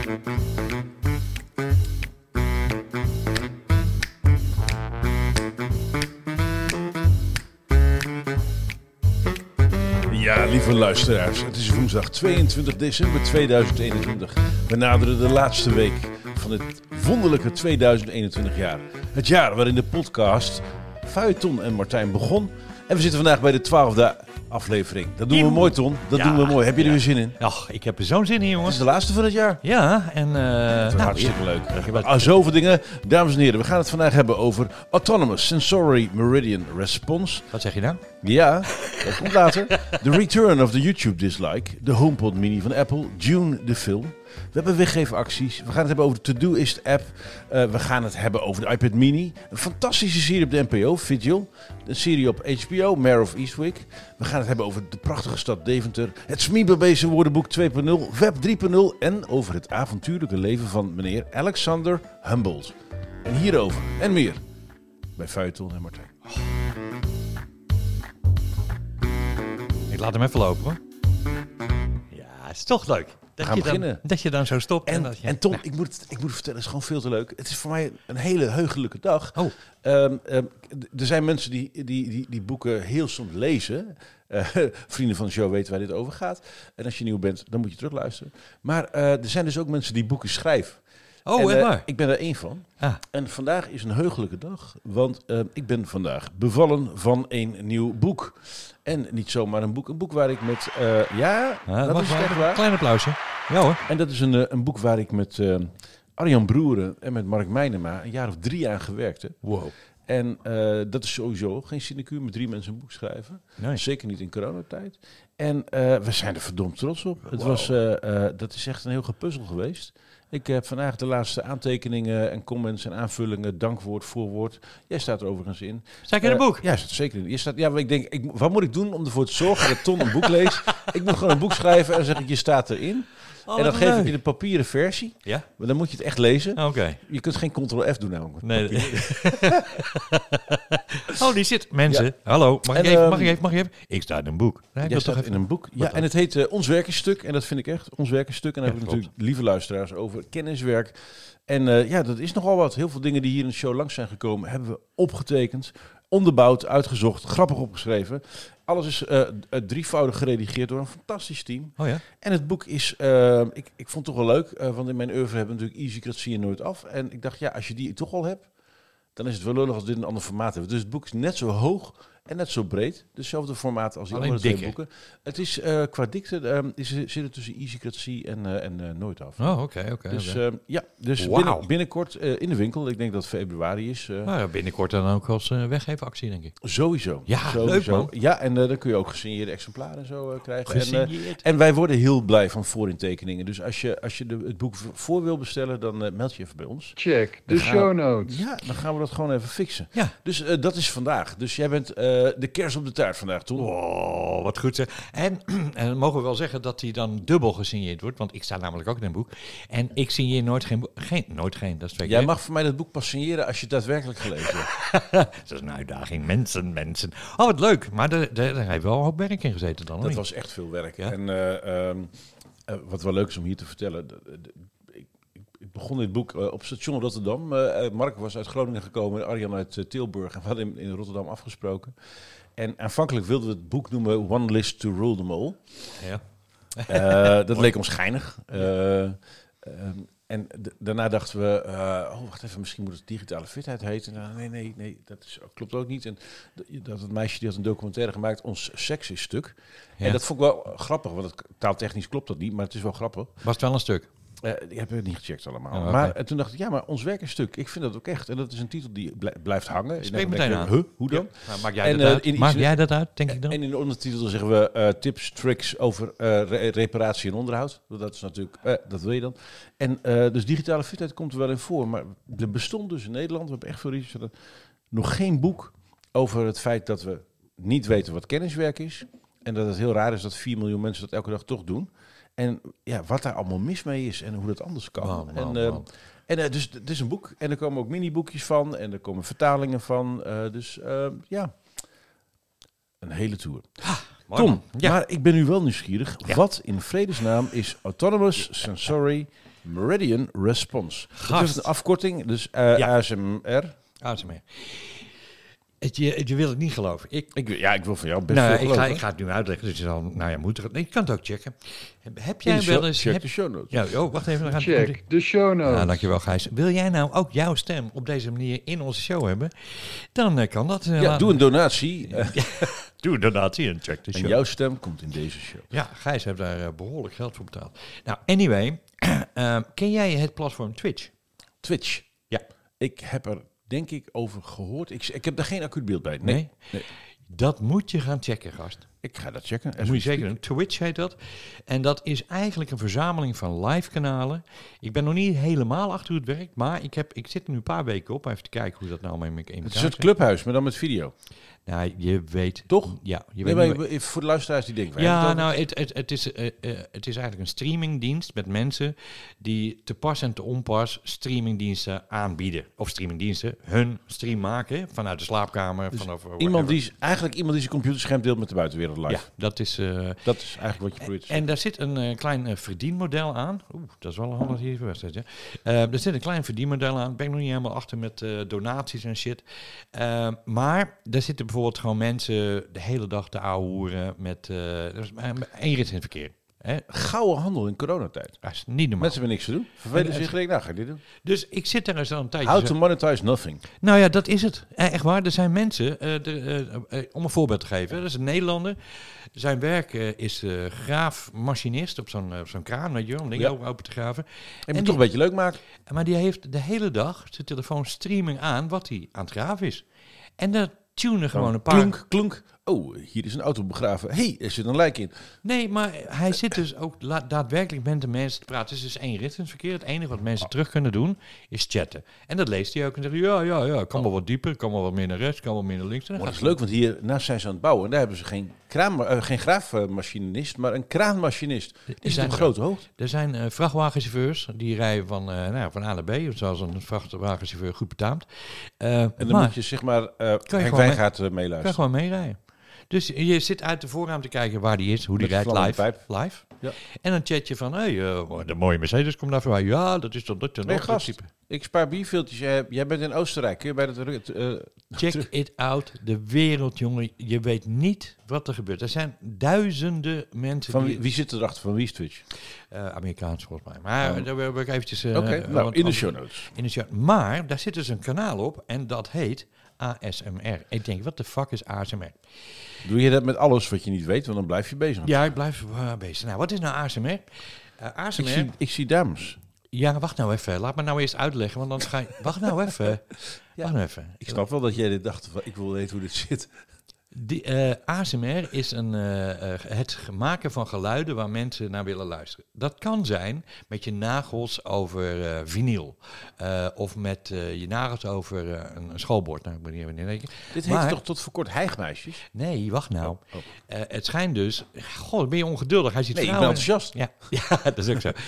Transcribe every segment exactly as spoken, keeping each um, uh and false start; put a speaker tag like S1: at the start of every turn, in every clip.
S1: Ja, lieve luisteraars, het is woensdag tweeëntwintig december tweeduizend eenentwintig. We naderen de laatste week van het wonderlijke tweeduizend eenentwintig jaar. Het jaar waarin de podcast Feuilleton en Martijn begon. En we zitten vandaag bij de twaalfde aflevering. Dat doen we mooi, Ton. Dat
S2: ja,
S1: doen we mooi. Heb je er
S2: ja.
S1: weer zin in?
S2: Ach, ik heb er zo'n zin in, jongen.
S1: Het is de laatste van het jaar.
S2: Ja, en... Uh,
S1: nou, hartstikke leuk.
S2: Wat...
S1: Ah, zoveel dingen. Dames en heren, we gaan het vandaag hebben over Autonomous Sensory Meridian Response.
S2: Wat zeg je nou?
S1: Ja, dat komt later. The Return of the YouTube Dislike. De HomePod Mini van Apple. Dune, de film. We hebben weggeefacties. We gaan het hebben over de Todoist app. Uh, we gaan het hebben over de iPad Mini. Een fantastische serie op de N P O, Vigil. Een serie op H B O, Mare of Eastwick. We gaan het hebben over de prachtige stad Deventer. Het Smiebelbezen woordenboek twee punt nul, Web drie punt nul. En over het avontuurlijke leven van meneer Alexander Humboldt. En hierover en meer bij Feuilleton en Martijn. Oh.
S2: Ik laat hem even lopen, hoor. Ja, het is toch leuk. Dat
S1: gaan
S2: je
S1: beginnen.
S2: Dan, dat je dan zo stopt.
S1: En,
S2: en, dat je,
S1: en Tom,
S2: nou.
S1: ik, moet, ik moet vertellen, het is gewoon veel te leuk. Het is voor mij een hele heugelijke dag.
S2: Oh.
S1: Um, um, er zijn mensen die, die, die, die boeken heel soms lezen. Uh, vrienden van de show weten waar dit over gaat. En als je nieuw bent, dan moet je terugluisteren. Maar uh, er zijn dus ook mensen die boeken schrijven.
S2: Oh,
S1: en,
S2: en
S1: uh,
S2: waar?
S1: Ik ben er één van.
S2: Ah.
S1: En vandaag is een heugelijke dag. Want uh, ik ben vandaag bevallen van een nieuw boek. En niet zomaar een boek. Een boek waar ik met... Uh, ja,
S2: Ah,
S1: dat
S2: wacht,
S1: is echt waar.
S2: Klein applausje. Ja hoor.
S1: En dat is een, uh, een boek waar ik met uh, Arjan Broeren en met Mark Meinema een jaar of drie aan gewerkt heb.
S2: Wow.
S1: En uh, dat is sowieso geen sinecure met drie mensen een boek schrijven.
S2: Nee.
S1: Zeker niet in coronatijd. En uh, we zijn er verdomd trots op. Het
S2: wow.
S1: was, uh, uh, dat is echt een heel gepuzzel geweest. Ik heb vandaag de laatste aantekeningen en comments en aanvullingen, dankwoord, voorwoord. Jij staat er overigens in.
S2: Sta ik in het
S1: uh,
S2: boek?
S1: Ja, staat zeker in. Je staat, ja, maar ik denk, ik, wat moet ik doen om ervoor te zorgen dat Ton een boek leest? Ik moet gewoon een boek schrijven en dan zeg ik, je staat erin.
S2: Oh,
S1: en dan geef
S2: leuk.
S1: ik je de papieren versie.
S2: Ja?
S1: Maar dan moet je het echt lezen.
S2: Oké. Okay.
S1: Je kunt geen control F doen namelijk.
S2: Nee. Oh, die zit. Mensen, ja. Hallo. Mag, en, ik even,
S1: um,
S2: mag ik even? Mag ik even? Ik sta in een boek.
S1: Jij staat toch even in een boek. Ja, en het heet uh, Ons Werkenstuk. En dat vind ik echt. Ons Werkenstuk. En dan ja, hebben we natuurlijk lieve luisteraars over kenniswerk. En uh, ja, dat is nogal wat. Heel veel dingen die hier in de show langs zijn gekomen, hebben we opgetekend, onderbouwd, uitgezocht, grappig opgeschreven. Alles is uh, drievoudig geredigeerd door een fantastisch team.
S2: Oh ja?
S1: En het boek is, uh, ik, ik vond het toch wel leuk, uh, want in mijn oeuvre hebben we natuurlijk Easycratie en Nooit Af. En ik dacht, ja, als je die toch al hebt, dan is het wel lullig als dit een ander formaat heeft. Dus het boek is net zo hoog en net zo breed. Hetzelfde formaat als die
S2: alleen
S1: andere twee
S2: dikker.
S1: boeken. Het is uh, qua dikte, uh, is, zit het tussen Easycratie en, uh, en uh, Nooit Af.
S2: Oh, oké, okay, oké. Okay,
S1: dus
S2: okay.
S1: uh, ja, dus
S2: wow.
S1: binnen, binnenkort uh, in de winkel. Ik denk dat het februari is. Uh,
S2: nou ja, binnenkort dan ook als uh, weggeefactie, denk ik.
S1: Sowieso.
S2: Ja,
S1: sowieso.
S2: leuk man.
S1: Ja, en uh, dan kun je ook gesigneerde exemplaren en zo uh, krijgen.
S2: Gesigneerd.
S1: En, uh, en wij worden heel blij van voorintekeningen. Dus als je, als je de, het boek voor wil bestellen, dan uh, meld je even bij ons.
S3: Check, de show notes.
S1: Ja, dan gaan we dat gewoon even fixen.
S2: Ja.
S1: Dus uh, dat is vandaag. Dus jij bent uh, de kers op de taart vandaag, Ton.
S2: Oh, wat goed zeg. En, en dan mogen we wel zeggen dat hij dan dubbel gesigneerd wordt. Want ik sta namelijk ook in een boek. En ik signeer nooit geen boek. Geen, nooit geen, dat is twee keer.
S1: Jij mag voor mij dat boek pas signeren als je het daadwerkelijk gelezen hebt.
S2: Dat is een uitdaging. Mensen, mensen. Oh, wat leuk. Maar daar, daar, daar heeft wel een hoop werk in gezeten dan.
S1: Dat was echt veel werk.
S2: Ja?
S1: En uh, um, uh, wat wel leuk is om hier te vertellen. De, de, de, ik, ik begon dit boek uh, op station Rotterdam. Uh, Mark was uit Groningen gekomen, Arjan uit uh, Tilburg. En we hadden in, in Rotterdam afgesproken. En aanvankelijk wilden we het boek noemen One List to Rule Them All.
S2: Ja.
S1: Uh, dat leek ons geinig. Uh, uh, en d- daarna dachten we, uh, oh wacht even, misschien moet het digitale fitheid heten. Nou, nee, nee, nee, dat is, klopt ook niet. En d- dat het meisje die had een documentaire gemaakt, Ons Seks is Stuk. Ja. En dat vond ik wel grappig, want het, taaltechnisch klopt dat niet, maar het is wel grappig.
S2: Was het wel een stuk?
S1: Uh, die hebben we niet gecheckt allemaal.
S2: Oh, okay.
S1: Maar uh, toen dacht ik, ja, maar Ons Werk is Stuk. Ik vind dat ook echt. En dat is een titel die blij, blijft hangen.
S2: Spreek meteen aan.
S1: Huh, hoe dan?
S2: Ja. Nou, maak jij,
S1: en,
S2: dat,
S1: uh,
S2: uit?
S1: In
S2: maak
S1: iets,
S2: jij dat uit, denk ik dan?
S1: En in de ondertitel zeggen we uh, tips, tricks over uh, re- reparatie en onderhoud. Dat is natuurlijk, uh, dat wil je dan. En uh, dus digitale fitheid komt er wel in voor. Maar er bestond dus in Nederland, we hebben echt veel research gedaan, nog geen boek over het feit dat we niet weten wat kenniswerk is. En dat het heel raar is dat vier miljoen mensen dat elke dag toch doen. En ja, wat daar allemaal mis mee is en hoe dat anders kan.
S2: Man, man,
S1: en uh,
S2: man.
S1: en uh, dus het is een boek. En er komen ook miniboekjes van. En er komen vertalingen van. Uh, dus uh, ja, een hele tour.
S2: Ah,
S1: Tom,
S2: ja.
S1: maar ik ben nu wel nieuwsgierig.
S2: Ja.
S1: Wat in vredesnaam is Autonomous Sensory Meridian Response.
S2: Gast.
S1: Dat is een afkorting, dus uh,
S2: Ja.
S1: A S M R.
S2: A S M R. Het, je, je wil het niet geloven. Ik,
S1: Ik, ja, ik wil van jou best
S2: nou,
S1: veel
S2: ik, ga,
S1: geloven.
S2: ik ga het nu uitleggen. Dus je zal, nou ja, moet er, nee, je kan het ook checken. Heb, heb jij
S1: In de
S2: wel
S1: show-
S2: eens...
S1: check
S2: heb,
S1: de show notes.
S2: ja, oh, wacht even. Dan gaat
S3: Check de show notes.
S2: Ja, dankjewel Gijs. Wil jij nou ook jouw stem op deze manier in onze show hebben? Dan uh, kan dat. Uh,
S1: Ja, doe een donatie. uh,
S2: doe een donatie en check de show.
S1: en jouw stem komt in deze show.
S2: Ja, Gijs heeft daar uh, behoorlijk geld voor betaald. Nou, anyway. uh, ken jij het platform Twitch?
S1: Twitch.
S2: Ja.
S1: Ik heb er denk ik over gehoord. Ik, ik heb daar geen acuut beeld bij. Nee.
S2: Nee?
S1: nee.
S2: Dat moet je gaan checken, gast.
S1: Ik ga dat checken.
S2: Dat moet je zeker doen. Twitch heet dat. En dat is eigenlijk een verzameling van live kanalen. Ik ben nog niet helemaal achter hoe het werkt, maar ik, heb, ik zit er nu een paar weken op. Even te kijken hoe dat nou met me in elkaar
S1: Het is het
S2: zit.
S1: clubhuis, maar dan met video.
S2: Nou, je weet...
S1: Toch?
S2: Ja, je
S1: Nee,
S2: weet
S1: maar
S2: niet-
S1: voor de luisteraars die denken... wij hebben
S2: Ja,
S1: het over-
S2: nou, het, het, het, is, uh, uh, het is eigenlijk een streamingdienst met mensen die te pas en te onpas streamingdiensten aanbieden. Of streamingdiensten hun stream maken vanuit de slaapkamer. vanaf uh,
S1: Iemand
S2: whatever.
S1: die, is- eigenlijk iemand die zijn computerscherm deelt met de buitenwereld live.
S2: Ja, dat is... uh,
S1: Dat is eigenlijk wat je probeert te zeggen.
S2: En daar zit een uh, klein uh, verdienmodel aan. Oeh, dat is wel een handig hier wedstrijd, ja. Uh, er zit een klein verdienmodel aan. Ben ik nog niet helemaal achter met uh, donaties en shit. Uh, maar daar zitten bijvoorbeeld gewoon mensen de hele dag te ouwehoeren met uh, er is maar één rit in het verkeer. Hè?
S1: Gouden handel in coronatijd.
S2: Dat is niet normaal.
S1: Mensen hebben niks te doen. Vervelen
S2: En-
S1: zich. Nou, ga ik dit doen.
S2: Dus ik zit daar eens al een tijdje...
S1: How
S2: zo-
S1: to monetize nothing.
S2: Nou ja, dat is het. Eh, Echt waar. Er zijn mensen, eh, de, eh, eh, om een voorbeeld te geven, dat is een Nederlander. Zijn werk eh, is eh, graafmachinist op zo'n eh, op zo'n kraan, weet je wel, om dingen
S1: Ja.
S2: open te graven.
S1: En je
S2: En
S1: moet toch
S2: die-
S1: een beetje leuk maken.
S2: Maar die heeft de hele dag zijn telefoon streaming aan wat hij aan het graven is. En daar tunen gewoon een paar...
S1: Klonk, klonk. Oh, hier is een auto begraven. Hé, hey, er zit een lijk in.
S2: Nee, maar hij zit dus ook la- daadwerkelijk met de mensen te praten. Het is dus één rit in het verkeer. Het enige wat mensen terug kunnen doen, is chatten. En dat leest hij ook en zegt, ja, ja, ja, kan wel wat dieper, kan wel wat meer naar rechts, kan wel meer naar links. En dan
S1: Maar dat
S2: gaat
S1: is leuk, want hier naast zijn ze aan het bouwen. En daar hebben ze geen, kraan, uh, geen graafmachinist, maar een kraanmachinist. Die zit
S2: zijn
S1: op
S2: er
S1: grote hoogte.
S2: Er zijn uh, vrachtwagenchauffeurs die rijden van, uh, nou, van A naar B, zoals een vrachtwagenchauffeur goed betaamt. Uh,
S1: En dan
S2: maar
S1: moet je zeg maar, uh, Henk
S2: gewoon
S1: Wijngaard uh,
S2: kan je
S1: meeluisteren.
S2: gewoon meerijden. Dus je zit uit de voorraam te kijken waar die is, hoe die
S1: Met de
S2: rijdt live.
S1: vlammende
S2: live.
S1: Ja.
S2: En dan chat je van, hé, hey, uh, de mooie Mercedes komt daar voorbij. Ja, dat is toch dat en
S1: Nee,
S2: dat
S1: gast.
S2: type.
S1: Ik spaar bierveeltjes. Jij, jij bent in Oostenrijk. Kun je bij dat... Uh,
S2: Check it out. De wereld, jongen. Je weet niet wat er gebeurt. Er zijn duizenden mensen
S1: van
S2: die...
S1: wie, wie zit erachter? Van wie is Twitch?
S2: Uh, Amerikaans volgens mij. Maar
S1: Oh.
S2: daar wil ik eventjes... Uh,
S1: Oké, okay, nou,
S2: want-
S1: in de
S2: want-
S1: show notes.
S2: In de show. Maar daar zit dus een kanaal op en dat heet A S M R. Ik denk, wat de fuck is A S M R?
S1: Doe je dat met alles wat je niet weet, want dan blijf je bezig.
S2: Ja, ik blijf uh, bezig. Nou, wat is nou A S M R? Uh, A S M R...
S1: Ik zie, ik zie dames.
S2: Ja, wacht nou even. Laat me nou eerst uitleggen, want dan ga je... Wacht nou even.
S1: Ja.
S2: Wacht nou even.
S1: Ik snap wel dat jij dit dacht, van, ik wil weten hoe dit zit.
S2: Die, uh, A S M R is een, uh, uh, het maken van geluiden waar mensen naar willen luisteren. Dat kan zijn met je nagels over uh, vinyl. Uh, of met uh, je nagels over uh, een, een schoolbord. Nou, ik moet niet even denken.
S1: Dit
S2: Maar-
S1: heet toch tot voor kort hijgmeisjes?
S2: Nee, wacht nou.
S1: Oh, oh.
S2: Uh, het schijnt dus... God, ben je ongeduldig? Hij ziet
S1: Nee, ik ben
S2: vrouwen...
S1: enthousiast.
S2: Ja, ja, dat is ook zo.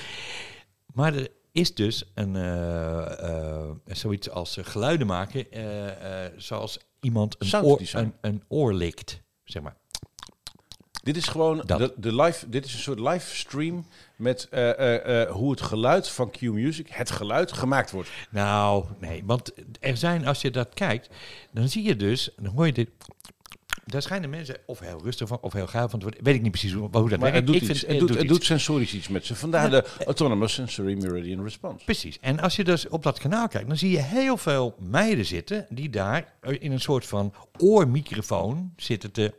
S2: Maar er is dus een, uh, uh, zoiets als uh, geluiden maken, uh, uh, zoals iemand een
S1: Sound
S2: oor,
S1: design.
S2: een, een oor likt, zeg maar.
S1: Dit is gewoon
S2: Dat.
S1: de, de live. Dit is een soort livestream met uh, uh, uh, hoe het geluid van Q Music, het geluid gemaakt wordt.
S2: Nou, nee, want er zijn, als je dat kijkt, dan zie je dus, dan hoor je dit. Daar schijnen mensen of heel rustig van, of heel gaaf van te worden. Weet ik niet precies hoe, hoe dat
S1: Maar
S2: werkt.
S1: het doet,
S2: ik
S1: iets.
S2: vind,
S1: het, doet, het
S2: iets.
S1: doet sensorisch iets met ze. Vandaar de Autonomous Sensory Meridian Response.
S2: Precies. En als je dus op dat kanaal kijkt, dan zie je heel veel meiden zitten die daar in een soort van oormicrofoon zitten te...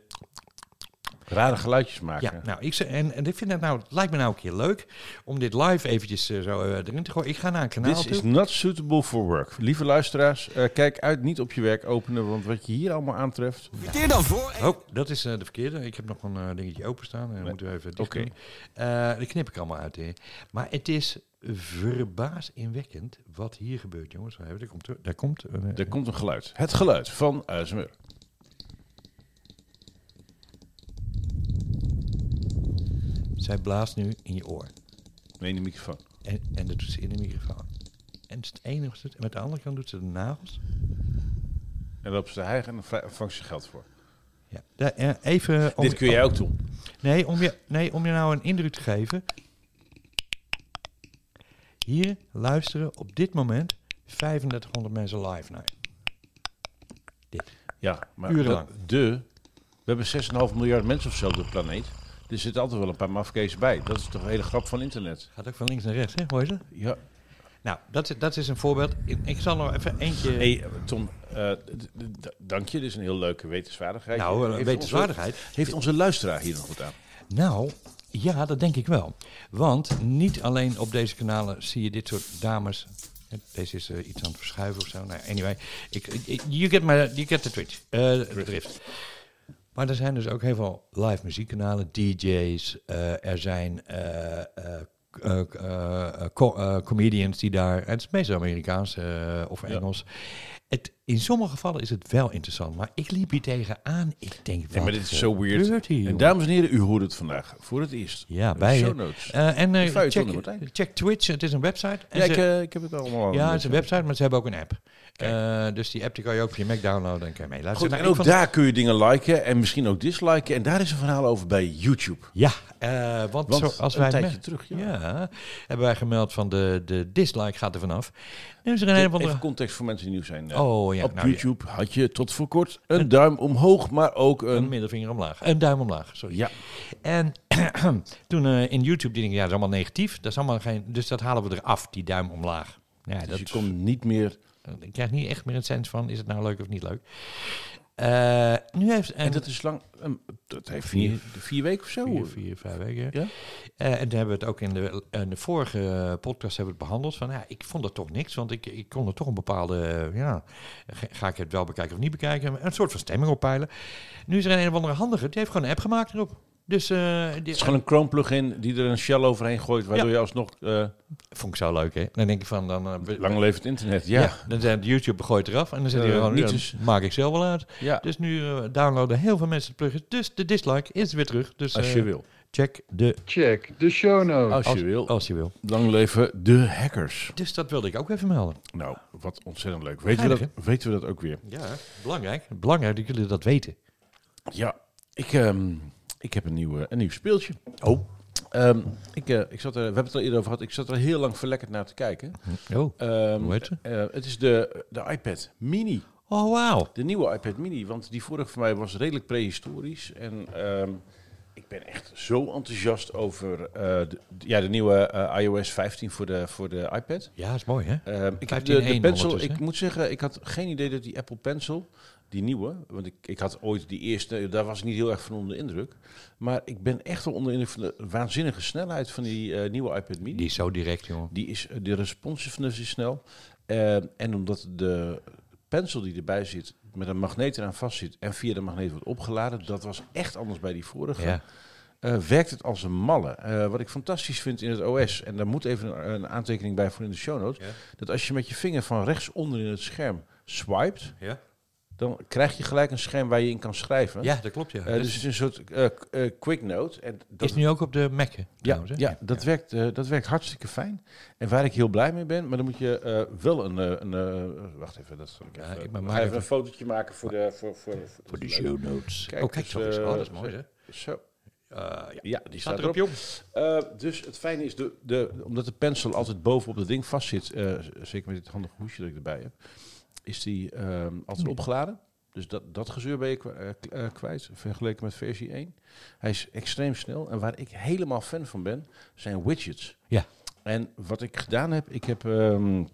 S1: Rare geluidjes maken.
S2: Ja, nou, ik, ze- en, en ik vind het nou, het lijkt me nou een keer leuk om dit live eventjes uh, zo uh, erin te gooien. Ik ga naar een kanaal
S1: This
S2: toe.
S1: is not suitable for work. Lieve luisteraars, uh, kijk uit niet op je werk openen, want wat je hier allemaal aantreft...
S4: Keer dan voor.
S2: Oh, dat is uh, de verkeerde. Ik heb nog een uh, dingetje openstaan. En dan
S1: Nee.
S2: moeten we even dicht
S1: Oké.
S2: doen. Uh, die knip ik allemaal uit. Hè. Maar het is verbazingwekkend wat hier gebeurt, jongens. Daar komt, daar komt, uh,
S1: Er komt een geluid. Het geluid van A S M R.
S2: zij blaast nu in je oor.
S1: Nee, in de microfoon.
S2: En, en dat doet ze in de microfoon. En het is het enige wat ze doet. En met de andere kant doet ze de nagels.
S1: En dan loopt ze te hijgen en dan vra- vangt ze geld voor.
S2: Ja. Da, uh, even om,
S1: Dit kun jij ook doen.
S2: Nee om, je, nee, om je nou een indruk te geven. Hier luisteren op dit moment vijfendertighonderd mensen live naar. Dit.
S1: Ja, maar
S2: Urenlang.
S1: de, we hebben zes komma vijf miljard mensen of zo op de planeet. Er zitten altijd wel een paar mafkezen bij. Dat is toch een hele grap van internet.
S2: Gaat ook van links naar rechts, hè? Hoor je ze?
S1: Ja.
S2: Nou, dat, is- dat is een voorbeeld. Ik, ik zal nog even eentje...
S1: Hey, Tom, uh, d- d- d- dank je. Dit is een heel leuke wetenswaardigheid.
S2: nou, een
S1: Heeft
S2: wetenswaardigheid.
S1: Onze, heeft onze luisteraar hier nog wat aan?
S2: Nou, ja, dat denk ik wel. Want niet alleen op deze kanalen zie je dit soort dames... Deze is uh, iets aan het verschuiven of zo. Nou, anyway, ik, ik, you, get my, you get the twitch. Uh, de drift. Maar er zijn dus ook heel veel live muziekkanalen, D J's. Uh, er zijn uh, uh, uh, uh, co- uh, comedians die daar... Het is meestal Amerikaans uh, of
S1: Ja.
S2: Engels. Het, in sommige gevallen is het wel interessant. Maar ik liep hier tegenaan. Ik denk,
S1: Nee, maar dit is zo weird.
S2: gebeurt hier,
S1: En
S2: jongen?
S1: dames en heren, u hoort het vandaag voor het eerst.
S2: Ja,
S1: De
S2: bij
S1: show
S2: je.
S1: notes.
S2: Uh, en uh,
S1: Ik vuil je
S2: check,
S1: tanden, Martijn.
S2: check Twitch, het is een website. En
S1: Ja,
S2: ze-
S1: ik, uh, ik heb het allemaal al.
S2: ja, het is een website, maar ze hebben ook een app.
S1: Kijk.
S2: Uh, dus die app die kan je ook op je Mac downloaden en kan je mee luisteren.
S1: Goed, en
S2: Nou,
S1: ook
S2: ik vond-
S1: daar kun je dingen liken en misschien ook disliken. En daar is een verhaal over bij YouTube.
S2: Ja, uh, want,
S1: Want
S2: zoals
S1: een
S2: wij
S1: tijdje
S2: me-
S1: terug, ja.
S2: ja, hebben wij gemeld van de, de dislike gaat er vanaf. Nu is er een een of andere...
S1: Even context voor mensen die nieuw zijn. Uh,
S2: Oh ja,
S1: op
S2: nou, ja,
S1: YouTube had je tot voor kort een duim omhoog, maar ook
S2: een
S1: een...
S2: middelvinger omlaag. Een duim omlaag, sorry.
S1: Ja,
S2: En toen uh, in YouTube die ik, ja, dat is allemaal negatief. Dat is allemaal geen, dus dat halen we eraf, die duim omlaag. Ja,
S1: dus
S2: dat
S1: je komt niet meer...
S2: ik krijg niet echt meer een sens van, is het nou leuk of niet leuk? Uh, nu heeft...
S1: En dat is lang... Um, dat heeft vier, vier, vier weken of zo.
S2: Vier, vier, vijf weken.
S1: Ja?
S2: Uh, en toen hebben we het ook in de, in de vorige podcast hebben we het behandeld. Van, ja, ik vond het toch niks, want ik, ik kon er toch een bepaalde... Uh, ja, ga ik het wel bekijken of niet bekijken? Een soort van stemming oppeilen. Nu is er een, een of andere handige, die heeft gewoon een app gemaakt erop. Dus, uh, die,
S1: het is gewoon een Chrome plugin die er een shell overheen gooit, waardoor
S2: ja.
S1: je alsnog... Uh,
S2: vond ik zo leuk, hè? Dan denk ik van... Dan, uh,
S1: lang leeft het internet, ja. ja.
S2: Dan zijn YouTube gooit eraf en dan zit hij
S1: uh,
S2: gewoon...
S1: Niet
S2: Ja,
S1: dus.
S2: maak ik zelf wel uit.
S1: Ja.
S2: Dus nu uh, downloaden heel veel mensen het plugin. Dus de dislike is weer terug. Dus,
S1: Als
S2: uh,
S1: je wil.
S2: Check de...
S3: Check de show notes.
S1: Als je
S2: als,
S1: wil.
S2: Als je wil.
S1: Lang leven de hackers.
S2: Dus dat wilde ik ook even melden.
S1: Nou, wat ontzettend leuk. Weten we, dat, weten we dat ook weer?
S2: Ja, belangrijk. Belangrijk dat jullie dat weten.
S1: Ja, ik, um, ik heb een nieuw, een nieuw speeltje.
S2: Oh.
S1: Um, ik, uh, ik zat er, we hebben het al eerder over gehad. Ik zat er heel lang verlekkerd naar te kijken.
S2: Oh,
S1: um,
S2: hoe heet ze?
S1: Uh, het is de, de iPad Mini.
S2: Oh, wauw.
S1: De nieuwe iPad Mini. Want die vorige van mij was redelijk prehistorisch. En um, ik ben echt zo enthousiast over uh, de, ja, de nieuwe uh, i O S vijftien voor de, voor de iPad.
S2: Ja, dat is mooi, hè?
S1: Um, ik heb de, de Pencil. Ik moet zeggen, ik had geen idee dat die Apple Pencil, die nieuwe, want ik, ik had ooit die eerste, daar was ik niet heel erg van onder de indruk. Maar ik ben echt wel onder de indruk van de waanzinnige snelheid van die uh, nieuwe iPad Mini.
S2: Die is zo direct, jongen.
S1: Die is, de responsiveness is snel. Uh, en omdat de Pencil die erbij zit, met een magneet eraan vast zit en via de magneet wordt opgeladen, dat was echt anders bij die vorige.
S2: Ja.
S1: Uh, werkt het als een malle. Uh, wat ik fantastisch vind in het O S, en daar moet even een, een aantekening bij voor in de show notes, ja. Dat als je met je vinger van rechts onder in het scherm swipet,
S2: ja.
S1: dan krijg je gelijk een scherm waar je in kan schrijven.
S2: Ja, dat klopt, ja.
S1: Uh, dus het is een soort uh, uh, quick note. En dat
S2: is nu ook op de Mac, hè?
S1: Ja,
S2: trouwens, hè?
S1: ja,
S2: ja,
S1: dat,
S2: ja.
S1: Werkt, uh, dat werkt hartstikke fijn. En waar ik heel blij mee ben, maar dan moet je uh, wel een... Uh, een uh, wacht even, dat zal ik
S2: ja,
S1: even...
S2: Ik
S1: ga
S2: even,
S1: even een fotootje maken voor de... Voor, voor, voor,
S2: voor de show notes.
S1: Kijk,
S2: oh, kijk
S1: dus,
S2: toch eens.
S1: uh,
S2: Oh, dat is mooi, hè?
S1: Zo.
S2: Uh, ja.
S1: ja, die staat,
S2: staat erop, joh.
S1: Uh, dus het fijne is, de, de, omdat de pencil altijd bovenop het ding vastzit, uh, zeker met dit handige hoesje dat ik erbij heb, is die uh, altijd opgeladen. Dus dat, dat gezeur ben je kwa- uh, kwijt, vergeleken met versie één. Hij is extreem snel. En waar ik helemaal fan van ben, zijn widgets.
S2: Ja.
S1: En wat ik gedaan heb, ik heb um,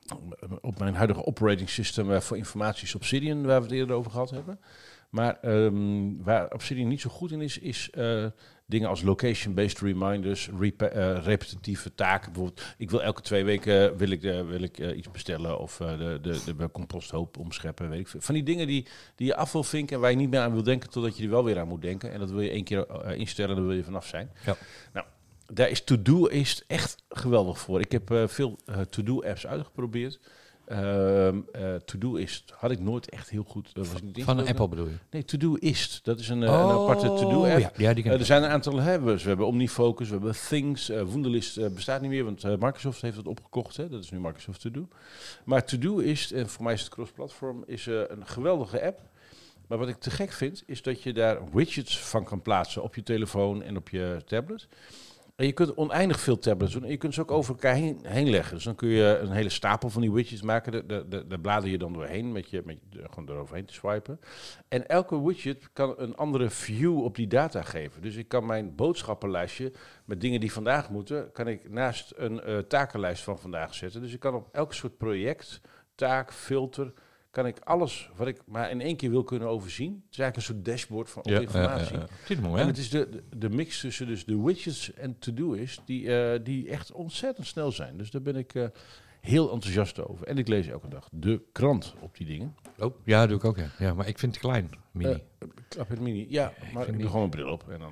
S1: op mijn huidige operating system uh, voor informaties Obsidian, waar we het eerder over gehad hebben. Maar um, waar Obsidian niet zo goed in is, is uh, dingen als location-based reminders, repa- uh, repetitieve taken. Bijvoorbeeld, ik wil elke twee weken wil ik, de, wil ik uh, iets bestellen of uh, de, de, de composthoop omscheppen. Weet ik veel. Van die dingen die, die je af wil vinken en waar je niet meer aan wil denken totdat je er wel weer aan moet denken. En dat wil je één keer uh, instellen en daar wil je vanaf zijn.
S2: Ja.
S1: Nou, daar is To-Do is echt geweldig voor. Ik heb uh, veel uh, To-Do-apps uitgeprobeerd. Uh, uh, Todoist had ik nooit echt heel goed. Uh, was niet
S2: Van Apple bedoel je?
S1: Nee, Todoist. Dat is een, uh,
S2: oh,
S1: een aparte To-Do-app.
S2: Ja, ja, die
S1: uh, er zijn een aantal hebben. We hebben Omnifocus, we hebben Things. Uh, Wunderlist uh, bestaat niet meer, want uh, Microsoft heeft het opgekocht. Hè? Dat is nu Microsoft To-Do. Maar Todoist, en voor mij is het cross-platform, is uh, een geweldige app. Maar wat ik te gek vind, is dat je daar widgets van kan plaatsen op je telefoon en op je tablet. En je kunt oneindig veel tablets doen. En je kunt ze ook over elkaar heen, heen leggen. Dus dan kun je een hele stapel van die widgets maken. Daar de, de, de blader je dan doorheen met je, met je gewoon eroverheen te swipen. En elke widget kan een andere view op die data geven. Dus ik kan mijn boodschappenlijstje met dingen die vandaag moeten, kan ik naast een uh, takenlijst van vandaag zetten. Dus ik kan op elk soort project, taak, filter, kan ik alles wat ik maar in één keer wil kunnen overzien. Het is eigenlijk een soort dashboard van
S2: ja,
S1: informatie.
S2: Uh, uh, uh. Mooi,
S1: en het is de, de, de mix tussen dus de widgets en to-do-ist die, uh, die echt ontzettend snel zijn. Dus daar ben ik uh, heel enthousiast over. En ik lees elke dag de krant op die dingen.
S2: Oh, ja, dat doe ik ook. Ja, ja maar ik vind het klein, mini. Uh,
S1: Klap het mini, ja, ja maar ik, ik doe gewoon mijn bril op en dan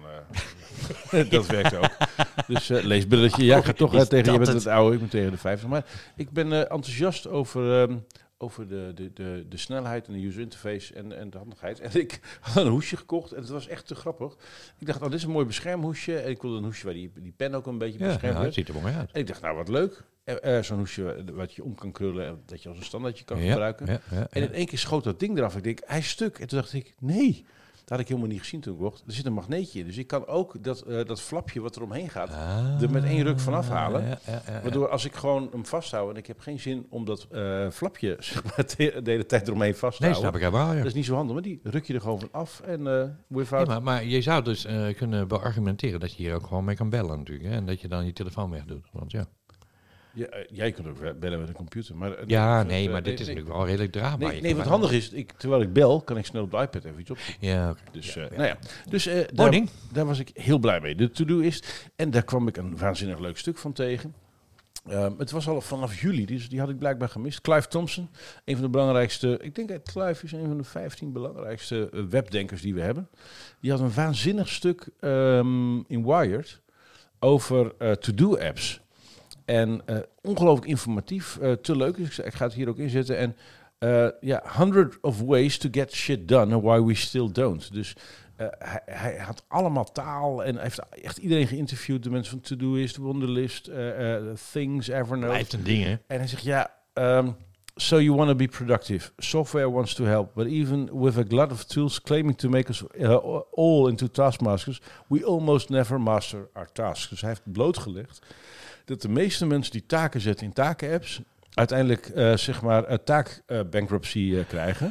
S1: uh, dat werkt ook. Dus uh, leesbrilletje, ja, ik ga toch uh, tegen je bent het oude, ik ben tegen de vijftig. Maar ik ben uh, enthousiast over. Um, over de, de, de, de snelheid en de user interface en, en de handigheid. En ik had een hoesje gekocht en het was echt te grappig. Ik dacht, oh, dit is een mooi beschermhoesje. En ik wilde een hoesje waar die, die pen ook een beetje
S2: ja,
S1: beschermd
S2: ja,
S1: werd.
S2: Het ziet er mooi uit.
S1: En ik dacht, nou wat leuk. Uh, Zo'n hoesje wat je om kan krullen en dat je als een standaardje kan
S2: ja,
S1: gebruiken.
S2: Ja, ja, ja.
S1: En in één keer schoot dat ding eraf. Ik denk, hij is stuk. En toen dacht ik, nee. Dat had ik helemaal niet gezien toen ik kocht. Er zit een magneetje in. Dus ik kan ook dat, uh, dat flapje wat er omheen gaat, ah, er met één ruk vanaf halen. Ja, ja, ja, ja. Waardoor als ik gewoon hem vasthoud en ik heb geen zin om dat uh, flapje zeg maar, de, de hele tijd eromheen vast te
S2: nee,
S1: houden.
S2: Snap ik helemaal, ja.
S1: Dat is niet zo handig, maar die ruk je er gewoon van af. En, uh, without...
S2: ja, maar, maar je zou dus uh, kunnen beargumenteren dat je hier ook gewoon mee kan bellen natuurlijk. Hè? En dat je dan je telefoon wegdoet. Want ja.
S1: Ja, jij kunt ook bellen met een computer. Maar,
S2: ja,
S1: uh,
S2: nee,
S1: uh,
S2: maar dit
S1: nee,
S2: is
S1: nee,
S2: natuurlijk wel redelijk draagbaar.
S1: Nee, nee wat handig is, ik, terwijl ik bel, kan ik snel op de iPad even iets opzoeken.
S2: Ja, okay.
S1: Dus,
S2: ja,
S1: uh,
S2: ja.
S1: Nou ja. dus uh, daar, daar was ik heel blij mee. De to-do-ist. En daar kwam ik een waanzinnig leuk stuk van tegen. Um, het was al vanaf juli, dus die had ik blijkbaar gemist. Clive Thompson, een van de belangrijkste, ik denk dat Clive is een van de vijftien belangrijkste uh, webdenkers die we hebben. Die had een waanzinnig stuk um, in Wired over uh, to-do-apps. En uh, ongelooflijk informatief, uh, te leuk. Dus ik, ik ga het hier ook inzetten. En ja, uh, yeah, hundred of ways to get shit done and why we still don't. Dus uh, hij, hij had allemaal taal en hij heeft echt iedereen geïnterviewd. De mensen van To-Do-ist, Wunderlist, uh, uh, Things, Evernote.
S2: Blijft een ding, hè?
S1: En hij zegt, ja, um, so you want to be productive. Software wants to help. But even with a glut of tools claiming to make us uh, all into taskmasters, we almost never master our tasks. Dus hij heeft blootgelegd dat de meeste mensen die taken zetten in taken-apps uiteindelijk uh, zeg maar uh, taak-bankruptcy uh, uh, krijgen.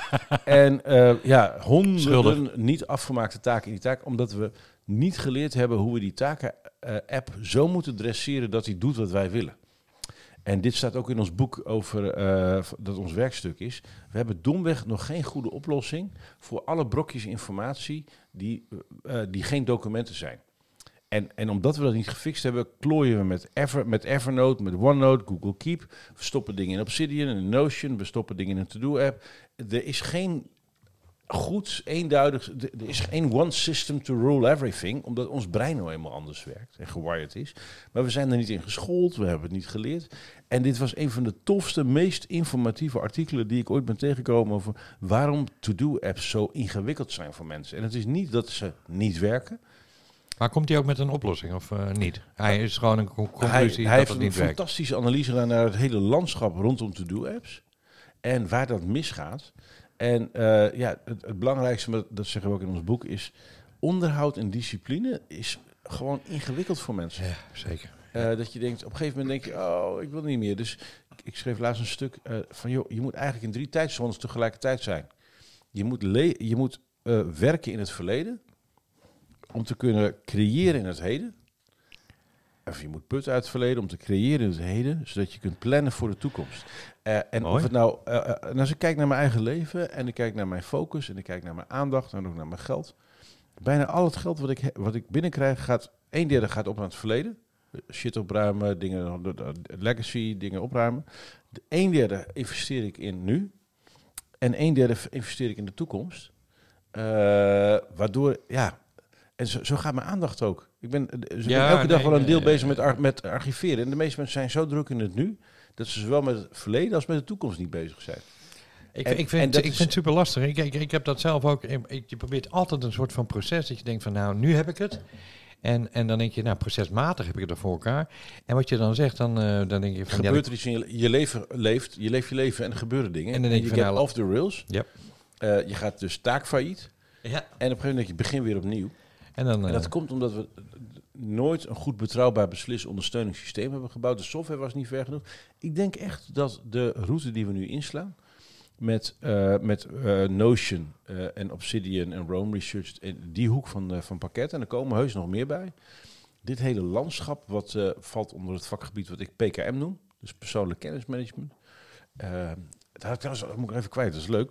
S1: en uh, ja, honderden Schuldig. niet afgemaakte taken in die taak, omdat we niet geleerd hebben hoe we die taken-app uh, zo moeten dresseren dat hij doet wat wij willen. En dit staat ook in ons boek over uh, dat ons werkstuk is. We hebben domweg nog geen goede oplossing voor alle brokjes informatie die, uh, die geen documenten zijn. En, en omdat we dat niet gefixt hebben, klooien we met, Ever, met Evernote, met OneNote, Google Keep. We stoppen dingen in Obsidian, in Notion, we stoppen dingen in een To-Do-app. Er is geen goed, eenduidig, er is geen one system to rule everything, omdat ons brein nou eenmaal anders werkt en gewired is. Maar we zijn er niet in geschoold, we hebben het niet geleerd. En dit was een van de tofste, meest informatieve artikelen die ik ooit ben tegengekomen over waarom To-Do-apps zo ingewikkeld zijn voor mensen. En het is niet dat ze niet werken.
S2: Maar komt hij ook met een oplossing of uh, niet? Hij is gewoon een conclusie
S1: hij,
S2: dat
S1: hij
S2: het
S1: heeft
S2: niet
S1: een
S2: werkt.
S1: fantastische analyse gedaan naar het hele landschap rondom To-Do-apps. En waar dat misgaat. En uh, ja, het, het belangrijkste, maar dat zeggen we ook in ons boek, is onderhoud en discipline is gewoon ingewikkeld voor mensen.
S2: Ja, zeker.
S1: Uh, dat je denkt, op een gegeven moment denk je, oh, ik wil niet meer. Dus ik, ik schreef laatst een stuk uh, van, joh, je moet eigenlijk in drie tijdzones tegelijkertijd zijn. Je moet, le- je moet uh, werken in het verleden om te kunnen creëren in het heden. Of je moet putten uit het verleden om te creëren in het heden, zodat je kunt plannen voor de toekomst. Uh, en
S2: Mooi.
S1: of het nou, uh, uh, en als ik kijk naar mijn eigen leven en ik kijk naar mijn focus en ik kijk naar mijn aandacht en ook naar mijn geld. Bijna al het geld wat ik, he- wat ik binnenkrijg gaat, een derde gaat op naar het verleden. Shit opruimen, dingen, legacy, dingen opruimen. De een derde investeer ik in nu. En een derde investeer ik in de toekomst. Uh, waardoor, ja, en zo, zo gaat mijn aandacht ook. Ik ben, dus ik
S2: Ja,
S1: ben elke dag
S2: nee,
S1: wel een deel
S2: nee,
S1: bezig
S2: nee.
S1: met, ar- met archiveren. En de meeste mensen zijn zo druk in het nu, dat ze zowel met het verleden als met de toekomst niet bezig zijn.
S2: Ik,
S1: En-
S2: ik,
S1: en
S2: vind,
S1: dat
S2: ik
S1: is-
S2: vind het super lastig. Ik, ik, ik heb dat zelf ook. Ik, je probeert altijd een soort van proces dat je denkt van nou, nu heb ik het. En, en dan denk je, nou, procesmatig heb ik het er voor elkaar. En wat je dan zegt, dan, uh, dan denk je van...
S1: Gebeurt
S2: ja,
S1: er iets in je, je leven, leeft, je leeft je leven en er gebeuren dingen.
S2: En dan denk je
S1: je
S2: van,
S1: get
S2: nou,
S1: off the rails.
S2: Ja.
S1: Uh, je gaat dus taakfailliet.
S2: Ja.
S1: En op een gegeven moment denk je, begin weer opnieuw.
S2: En dan... Uh,
S1: En dat komt omdat we nooit een goed betrouwbaar beslisondersteuningssysteem hebben gebouwd. De software was niet ver genoeg. Ik denk echt dat de route die we nu inslaan, met, uh, met uh, Notion uh, en Obsidian en Rome Research, in die hoek van, uh, van pakket, en er komen heus nog meer bij. Dit hele landschap, wat uh, valt onder het vakgebied wat ik P K M noem, dus persoonlijk kennismanagement. Uh, dat, dat moet ik even kwijt, dat is leuk.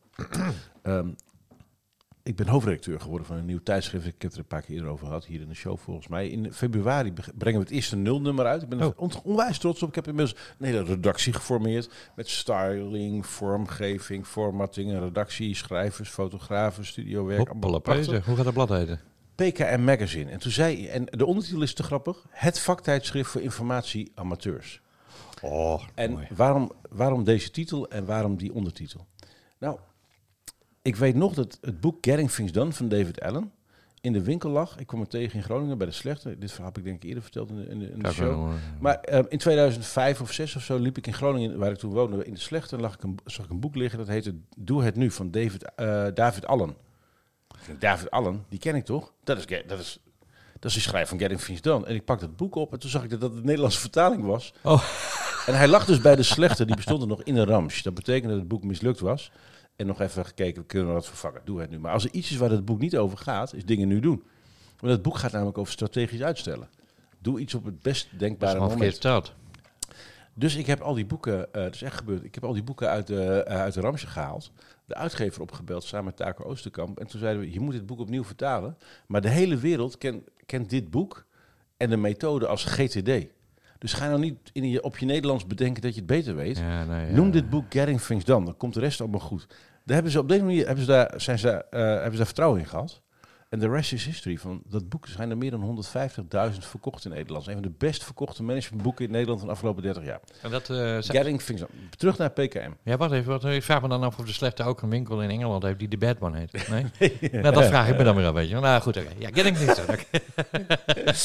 S1: um, Ik ben hoofdredacteur geworden van een nieuw tijdschrift. Ik heb het er een paar keer eerder over gehad, hier in de show volgens mij. In februari brengen we het eerste nulnummer uit. Ik ben er oh. onwijs trots op. Ik heb inmiddels een hele redactie geformeerd. Met styling, vormgeving, formatting, redactie, schrijvers, fotografen, studiowerk.
S2: Hoppala, hoe gaat het blad heten?
S1: P K M Magazine. En toen zei, en de ondertitel is te grappig, het vaktijdschrift voor informatie amateurs.
S2: Oh,
S1: en
S2: mooi.
S1: waarom, waarom deze titel en waarom die ondertitel? Nou, ik weet nog dat het boek Getting Things Done van David Allen in de winkel lag. Ik kwam het tegen in Groningen bij de Slechte. Dit verhaal heb ik denk ik eerder verteld in de, in de, in de show. Wel, maar uh, in tweeduizend vijf of zes of zo liep ik in Groningen, waar ik toen woonde, in de Slechte. En lag ik een, zag ik een boek liggen dat heette Doe het nu van David, uh, David Allen. David Allen, die ken ik toch? Dat is, dat is, dat is de schrijver van Getting Things Done. En ik pakte het boek op en toen zag ik dat het de Nederlandse vertaling was.
S2: Oh.
S1: En hij lag dus bij de Slechte. Die bestond er nog in een ramsch. Dat betekende dat het boek mislukt was. En nog even gekeken, kunnen we dat vervangen? Doe het nu. Maar als er iets is waar het boek niet over gaat, is dingen nu doen. Want het boek gaat namelijk over strategisch uitstellen. Doe iets op het best denkbare moment.
S2: Dat.
S1: Dus ik heb al die boeken, uh, dat is echt gebeurd, ik heb al die boeken uit de, uh, uit de ramsje gehaald. De uitgever opgebeld samen met Taco Oosterkamp. En toen zeiden we, je moet dit boek opnieuw vertalen. Maar de hele wereld ken, kent dit boek en de methode als G T D. Dus ga nou niet in je, op je Nederlands bedenken dat je het beter weet.
S2: Ja, nee, ja,
S1: Noem dit boek Getting Things Done. Dan komt de rest allemaal goed. Daar hebben ze op deze manier hebben ze daar, zijn ze, uh, hebben ze daar vertrouwen in gehad. En de rest is history. Van dat boek zijn er meer dan honderdvijftigduizend verkocht in Nederland. Een van de best verkochte managementboeken in Nederland van de afgelopen dertig jaar.
S2: En dat, uh,
S1: Getting Things Done. Terug naar P K M.
S2: Ja, wacht even. Wat, ik vraag me dan af of de Slechte ook een winkel in Engeland heeft die de Bad One heet. Nee? nee nou, dat vraag ik me dan weer af, weet je. Nou, goed, oké. Okay. Ja, Getting Things Done. Okay.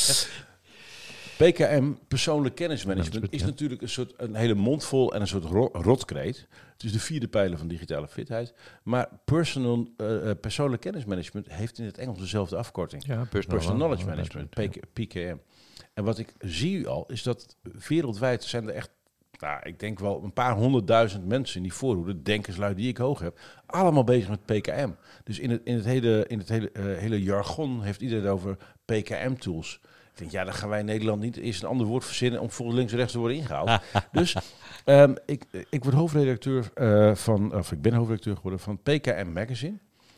S1: P K M, persoonlijk kennismanagement, is natuurlijk een soort een hele mondvol en een soort ro- rotkreet. Het is de vierde pijler van digitale fitheid. Maar personal, uh, persoonlijk kennismanagement heeft in het Engels dezelfde afkorting.
S2: Ja, personal,
S1: personal knowledge management, P K M. En wat ik zie al, is dat wereldwijd zijn er echt, nou, ik denk wel een paar honderdduizend mensen in die voorhoede, denkerslui die ik hoog heb, allemaal bezig met P K M. Dus in het, in het hele, in het hele, uh, hele jargon heeft iedereen het over P K M-tools. Ik denk, ja, dan gaan wij in Nederland niet eerst een ander woord verzinnen om volgens links en rechts te worden ingehaald. Dus um, ik, ik word hoofdredacteur uh, van, of ik ben hoofdredacteur geworden van P K M Magazine.